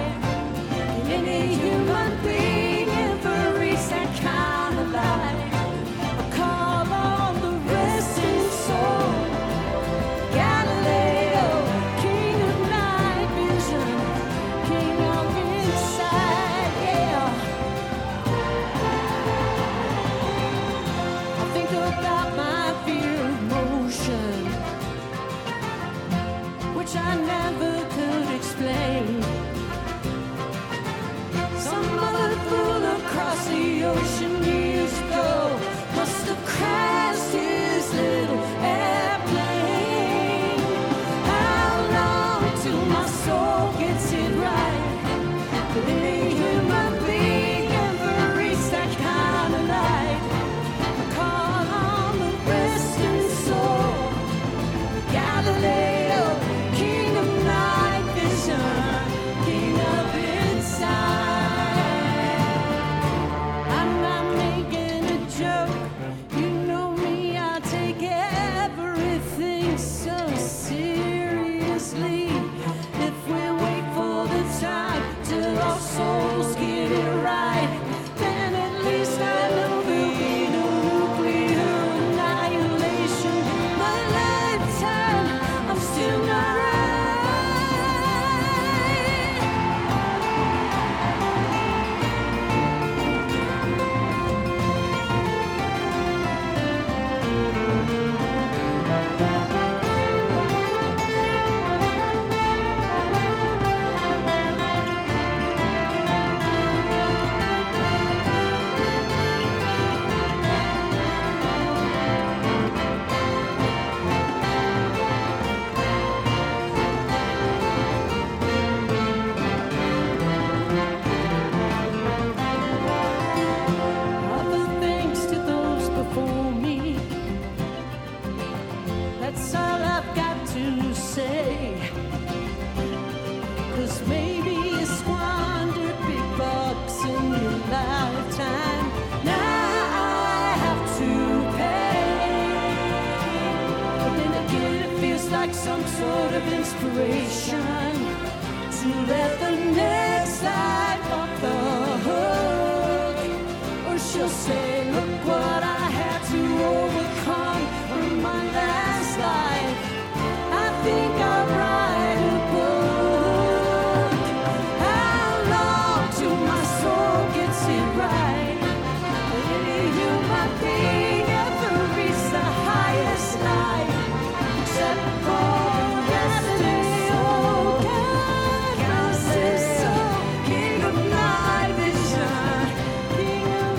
some sort of inspiration to let the next life off the hook. Or she'll say, look what I had to overcome from my last life. I think I'll write a book. How long till my soul gets it right? Any human being ever reach the highest light, except for yesterday. Oh God, God is so king of night vision, king of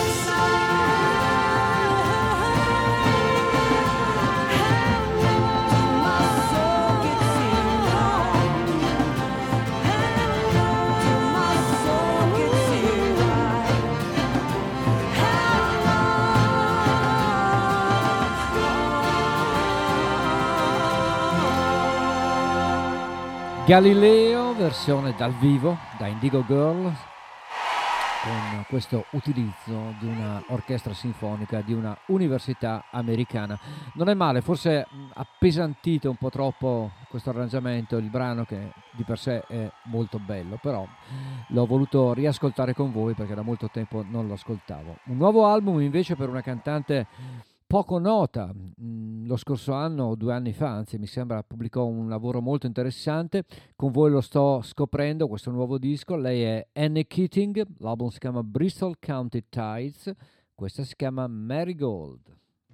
Galileo, versione dal vivo da Indigo Girl, con questo utilizzo di una orchestra sinfonica di una università americana. Non è male, forse appesantito un po' troppo questo arrangiamento, il brano che di per sé è molto bello, però l'ho voluto riascoltare con voi perché da molto tempo non lo ascoltavo. Un nuovo album invece per una cantante poco nota. Lo scorso anno o 2 anni fa, anzi mi sembra, pubblicò un lavoro molto interessante. Con voi lo sto scoprendo, questo nuovo disco. Lei è Anne Keating, l'album si chiama Bristol County Tides, questa si chiama Marigold.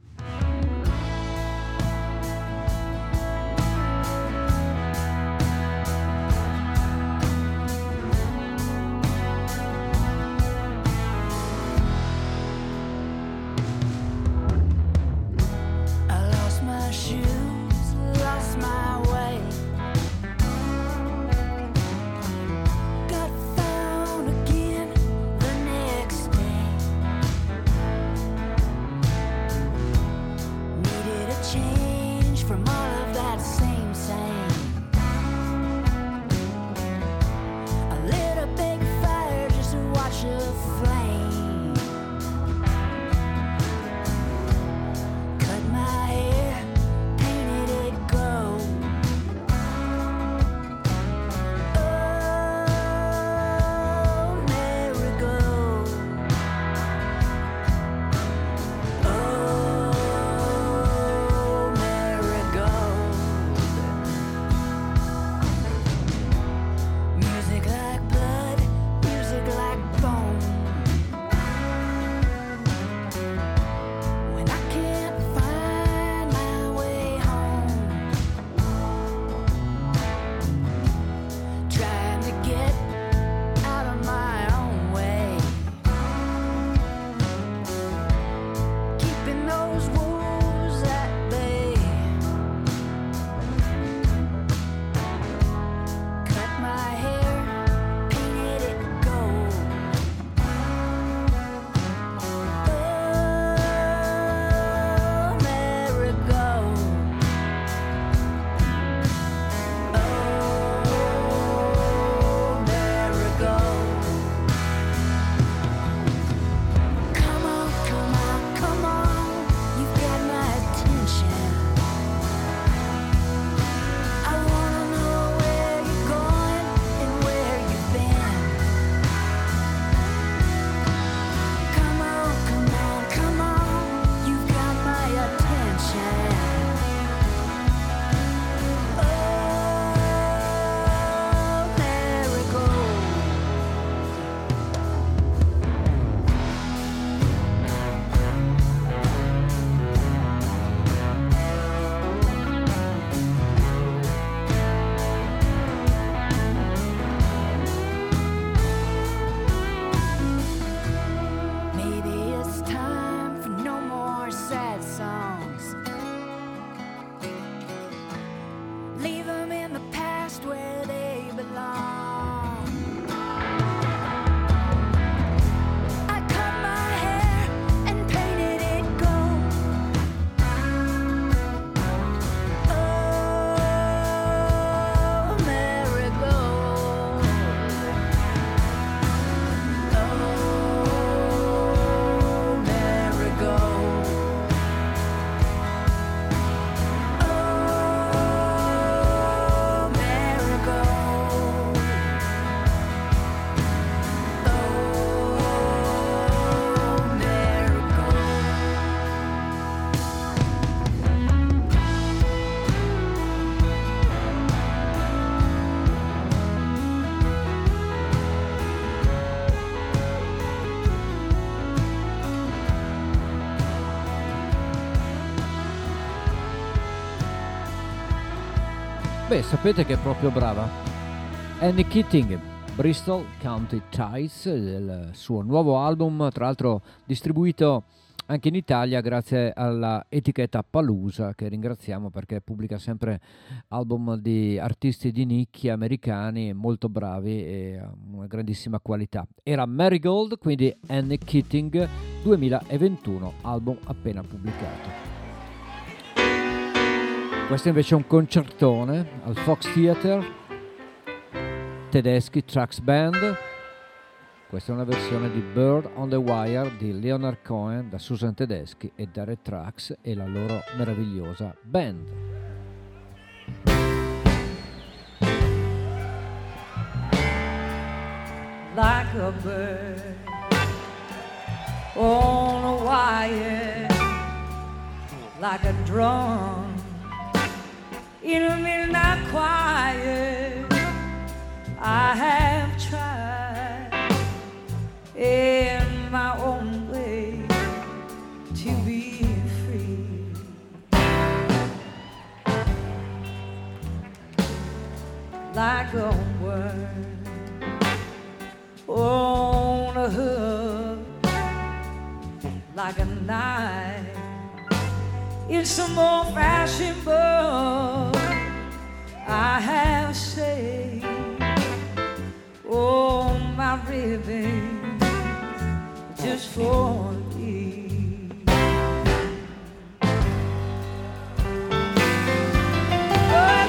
Shoes, lost my way. Got found again the next day. Sapete che è proprio brava. Annie Keating, Bristol County Ties, il suo nuovo album, tra l'altro distribuito anche in Italia grazie alla etichetta Palusa, che ringraziamo perché pubblica sempre album di artisti di nicchia americani molto bravi e una grandissima qualità. Era Marigold, quindi Annie Keating, 2021, album appena pubblicato. Questo invece è un concertone al Fox Theater, Tedeschi Trucks Band. Questa è una versione di Bird on the Wire di Leonard Cohen da Susan Tedeschi e Derek Trucks e la loro meravigliosa band. Like a bird on a wire, like a drum in a midnight choir. I have tried in my own way to be free. Like a worm on a hook, like a knife in some old-fashioned book. I have saved all my ribbons just for thee. Oh,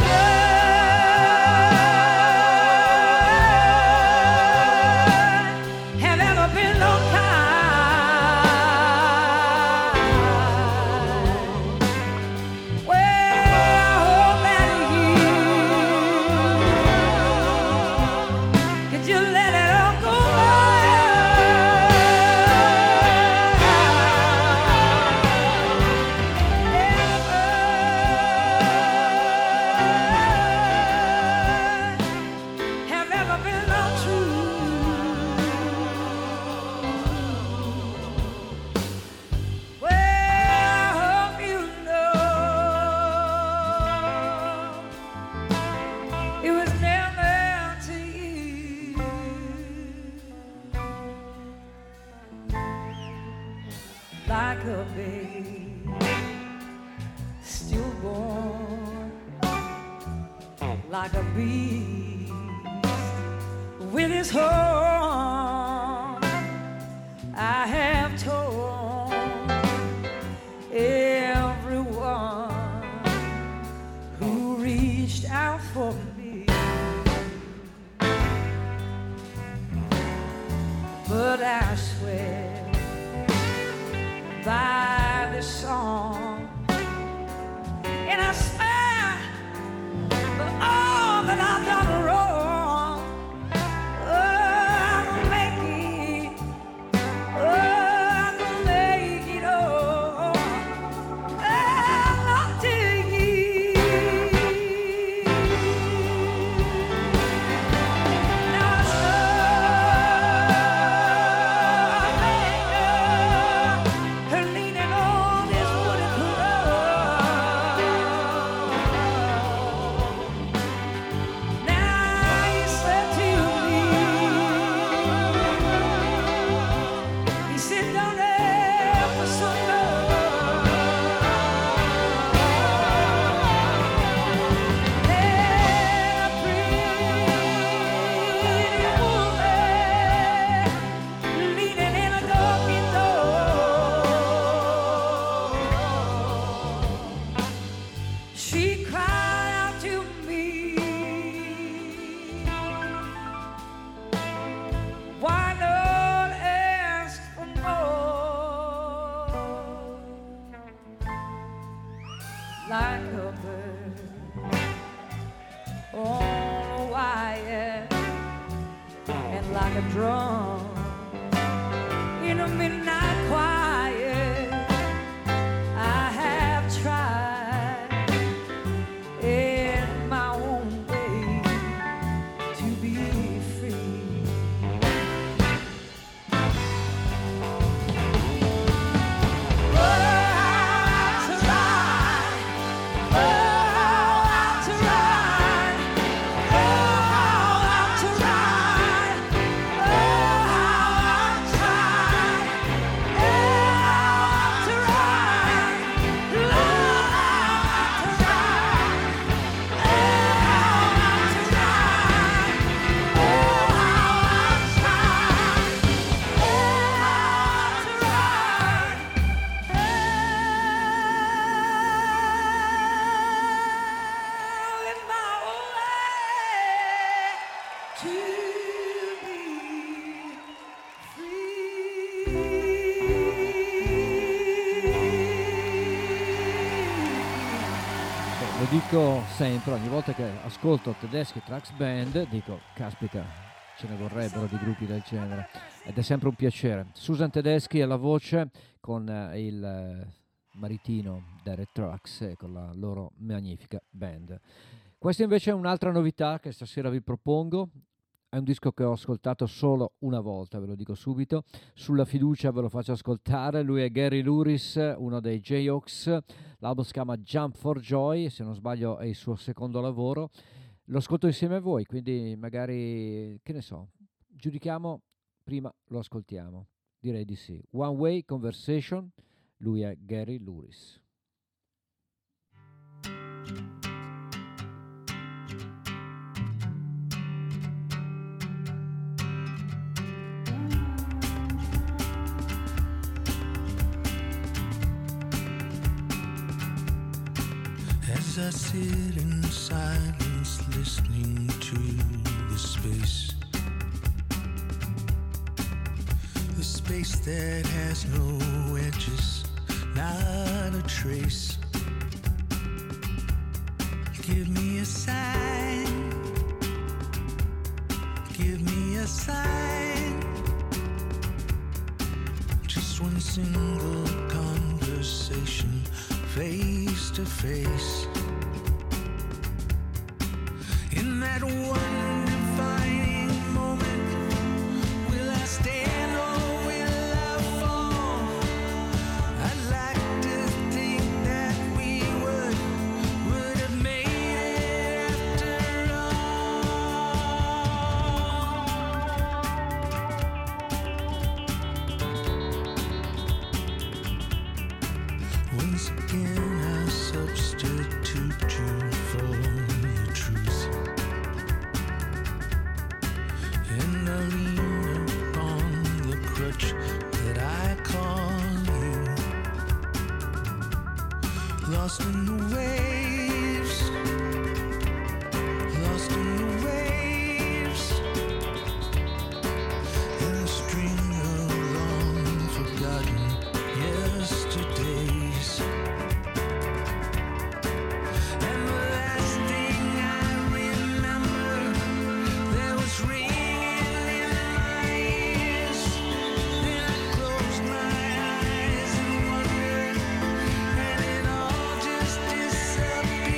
have ever been so kind? Well, that you could you let it all go have ever been untrue? Well, hope you know it was never to you. Like a babe stillborn, like a beast with his horn. I have told everyone who reached out for me, but I swear by this song, and I swear by all that I've done wrong, I'm gonna make it, I'm gonna make it all up to you. Now her leaning on this wooden cross. Now he said to me, he said, don't ever so love. Let a pretty woman leaning in a darkened door. She cried out to me, why not ask for more? Like a bird on a wire, and like a drum in a midnight choir. I have tried in my own way to be free. But I tried, oh, I tried. Lo dico sempre, ogni volta che ascolto Tedeschi Trucks Band, dico, caspita, ce ne vorrebbero di gruppi del genere, ed è sempre un piacere. Susan Tedeschi alla voce con il maritino Derek Trucks e con la loro magnifica band. Questa invece è un'altra novità che stasera vi propongo. È un disco che ho ascoltato solo una volta, ve lo dico subito. Sulla fiducia ve lo faccio ascoltare. Lui è Gary Louris, uno dei J-Hawks. L'album si chiama Jump for Joy, se non sbaglio è il suo secondo lavoro. Lo ascolto insieme a voi, quindi magari, che ne so, giudichiamo, prima lo ascoltiamo. Direi di sì. One Way Conversation, lui è Gary Louris. As I sit in silence listening to the space that has no edges, not a trace. Give me a sign, give me a sign. Just one single conversation, face to face. In that one defining moment, will I stand or will I fall? I'd like to think that we would have made it after all. Once again I substitute you for the truth, and I lean upon the crutch that I call you. Lost in the waves, lost in the waves, in a string of long forgotten yesterdays. And the last thing I remember, there was ringing in my ears. Then I closed my eyes and wondered, and it all just disappeared.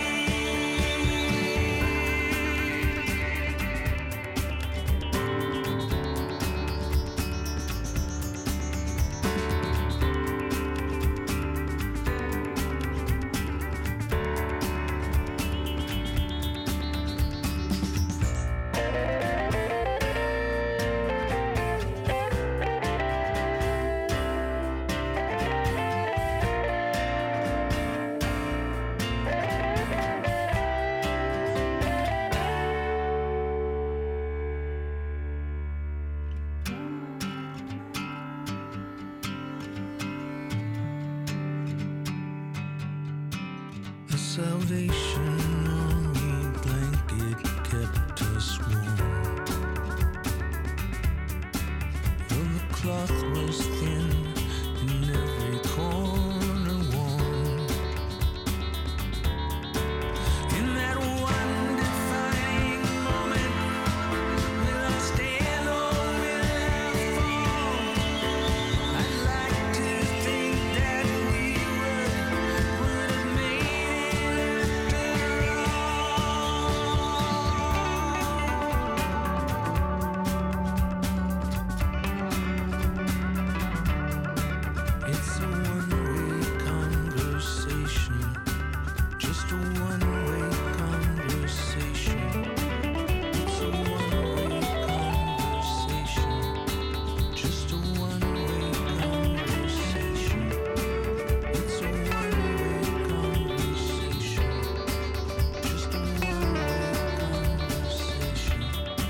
The Salvation Army blanket kept us warm, though the cloth was thin and every corner worn. In that one defining moment, will I stand or will I fall? I'd like to think that we would have made it after all. It's a one-way conversation, just a one-way conversation. It's a one-way conversation, just a one-way conversation. It's a one-way conversation, just a one-way conversation.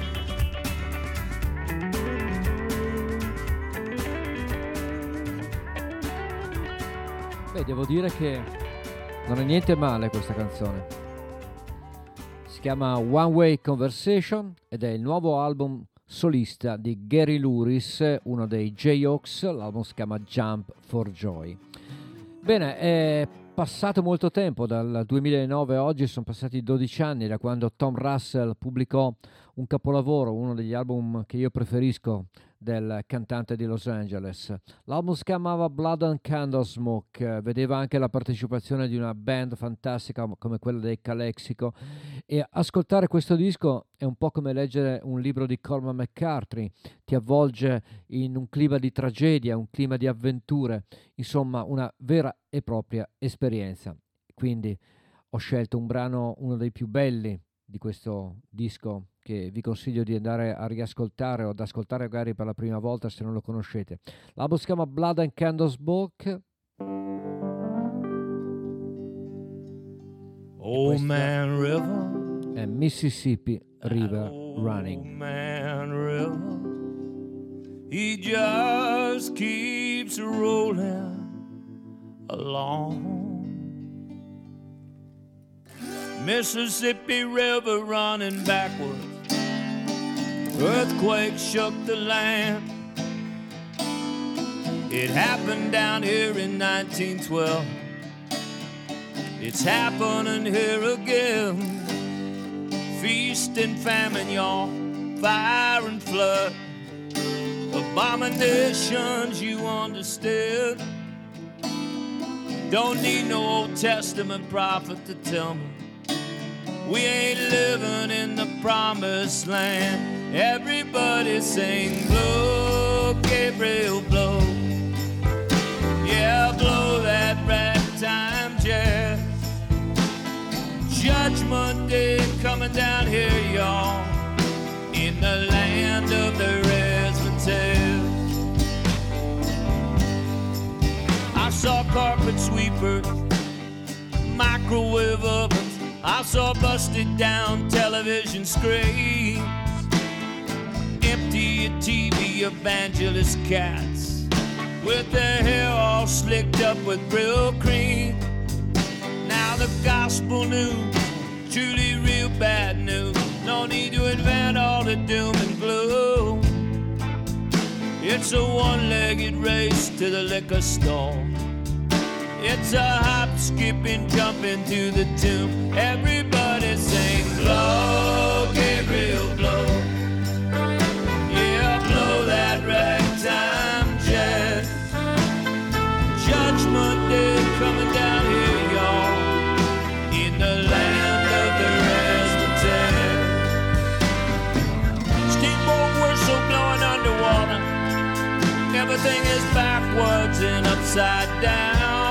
Beh, devo dire che non è niente male questa canzone. Si chiama One Way Conversation ed è il nuovo album solista di Gary Louris, uno dei J-Hawks. L'album si chiama Jump for Joy. Bene, passato molto tempo, dal 2009 a oggi sono passati 12 anni da quando Tom Russell pubblicò un capolavoro, uno degli album che io preferisco del cantante di Los Angeles. L'album si chiamava Blood and Candlesmoke, vedeva anche la partecipazione di una band fantastica come quella dei Calexico, e ascoltare questo disco è un po' come leggere un libro di Cormac McCarthy, ti avvolge in un clima di tragedia, un clima di avventure, insomma una vera e propria esperienza. Quindi ho scelto un brano, uno dei più belli di questo disco, che vi consiglio di andare a riascoltare o ad ascoltare magari per la prima volta se non lo conoscete. L'album si chiama Blood and Candlesmoke. Old Man River è Mississippi River Running. Old Man River, he just keeps rolling along. Mississippi River running backwards, earthquake shook the land. It happened down here in 1912. It's happening here again. Feast and famine, y'all, fire and flood, abominations you understand. Don't need no Old Testament prophet to tell me we ain't living in the promised land. Everybody sing, blow, Gabriel, blow. Yeah, blow that ragtime jazz. Judgment Day coming down here, y'all, in the land of the razzmatazz. I saw carpet sweepers, microwave ovens, I saw busted down television screens, empty TV evangelist cats with their hair all slicked up with real cream. Now the gospel news, truly real bad news. No need to invent all the doom and gloom. It's a one-legged race to the liquor store. It's a hop, skipping, jumping to the tune. Everybody sing, blow, Gabriel, blow. Yeah, blow that ragtime jazz. Judgment Day coming down here, y'all, in the land of the razzmatazz. Steamboat whistle blowing underwater. Everything is backwards and upside down.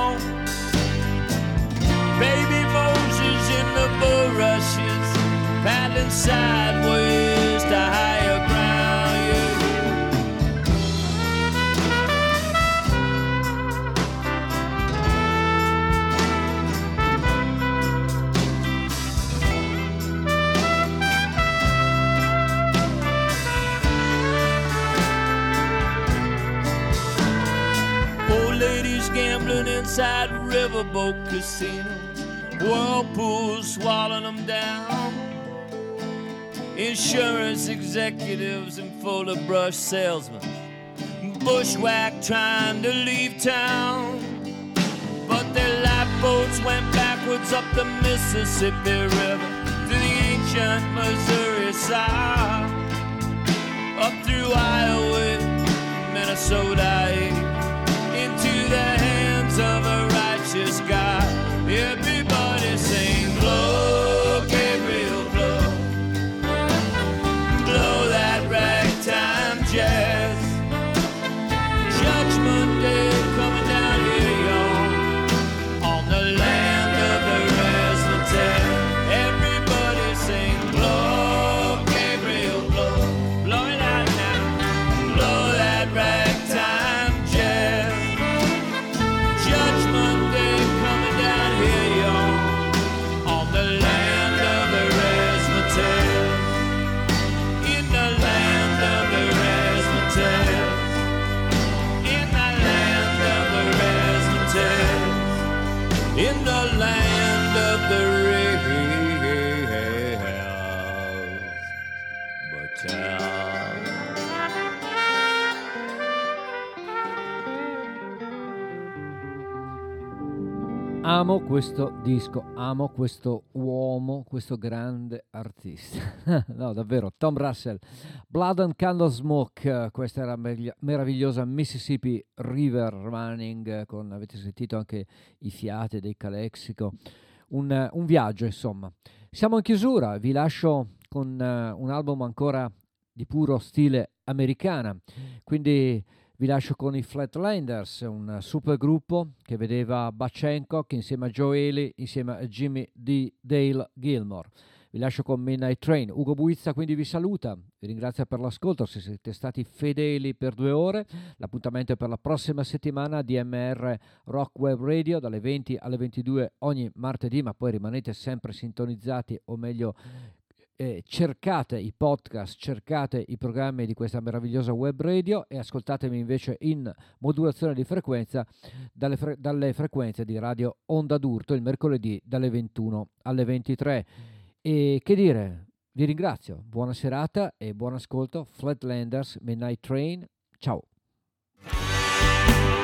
Baby Moses in the bulrushes, paddling sideways to higher ground. Old ladies gambling inside riverboat casinos, whirlpools swallowing them down. Insurance executives and full of brush salesmen, bushwhack trying to leave town. But their lifeboats went backwards up the Mississippi River to the ancient Missouri side, up through Iowa, Minnesota, into the hands of a righteous God. Everybody sing, blow, Gabriel, blow. Blow that ragtime jazz. Judgment Day coming down here, y'all, on the land of the razzmatazz. Everybody sing, blow, Gabriel, blow. Blow it out now. Blow that ragtime jazz. Judgment Day coming down here, y'all, on the land of the razzmatazz. In the land of the razzmatazz. In the land of the razzmatazz. In the land of the razzmatazz. Amo questo disco, amo questo uomo, questo grande artista. No, davvero, Tom Russell. Blood and Candle Smoke, questa era meravigliosa Mississippi River Running, con, avete sentito anche i fiati dei Calexico. Un viaggio, insomma. Siamo in chiusura, vi lascio con un album ancora di puro stile americana, quindi vi lascio con i Flatlanders, un super gruppo che vedeva Butch Hancock insieme a Joe Ely, insieme a Jimmy D. Dale Gilmore. Vi lascio con Midnight Train. Ugo Buizza quindi vi saluta, vi ringrazio per l'ascolto, se siete stati fedeli per 2 ore. L'appuntamento è per la prossima settimana di DMR Rock Web Radio dalle 20 alle 22 ogni martedì, ma poi rimanete sempre sintonizzati, o meglio cercate i podcast, cercate i programmi di questa meravigliosa web radio e ascoltatemi invece in modulazione di frequenza dalle frequenze di Radio Onda d'Urto il mercoledì dalle 21 alle 23. E che dire, vi ringrazio, buona serata e buon ascolto. Flatlanders, Midnight Train, ciao.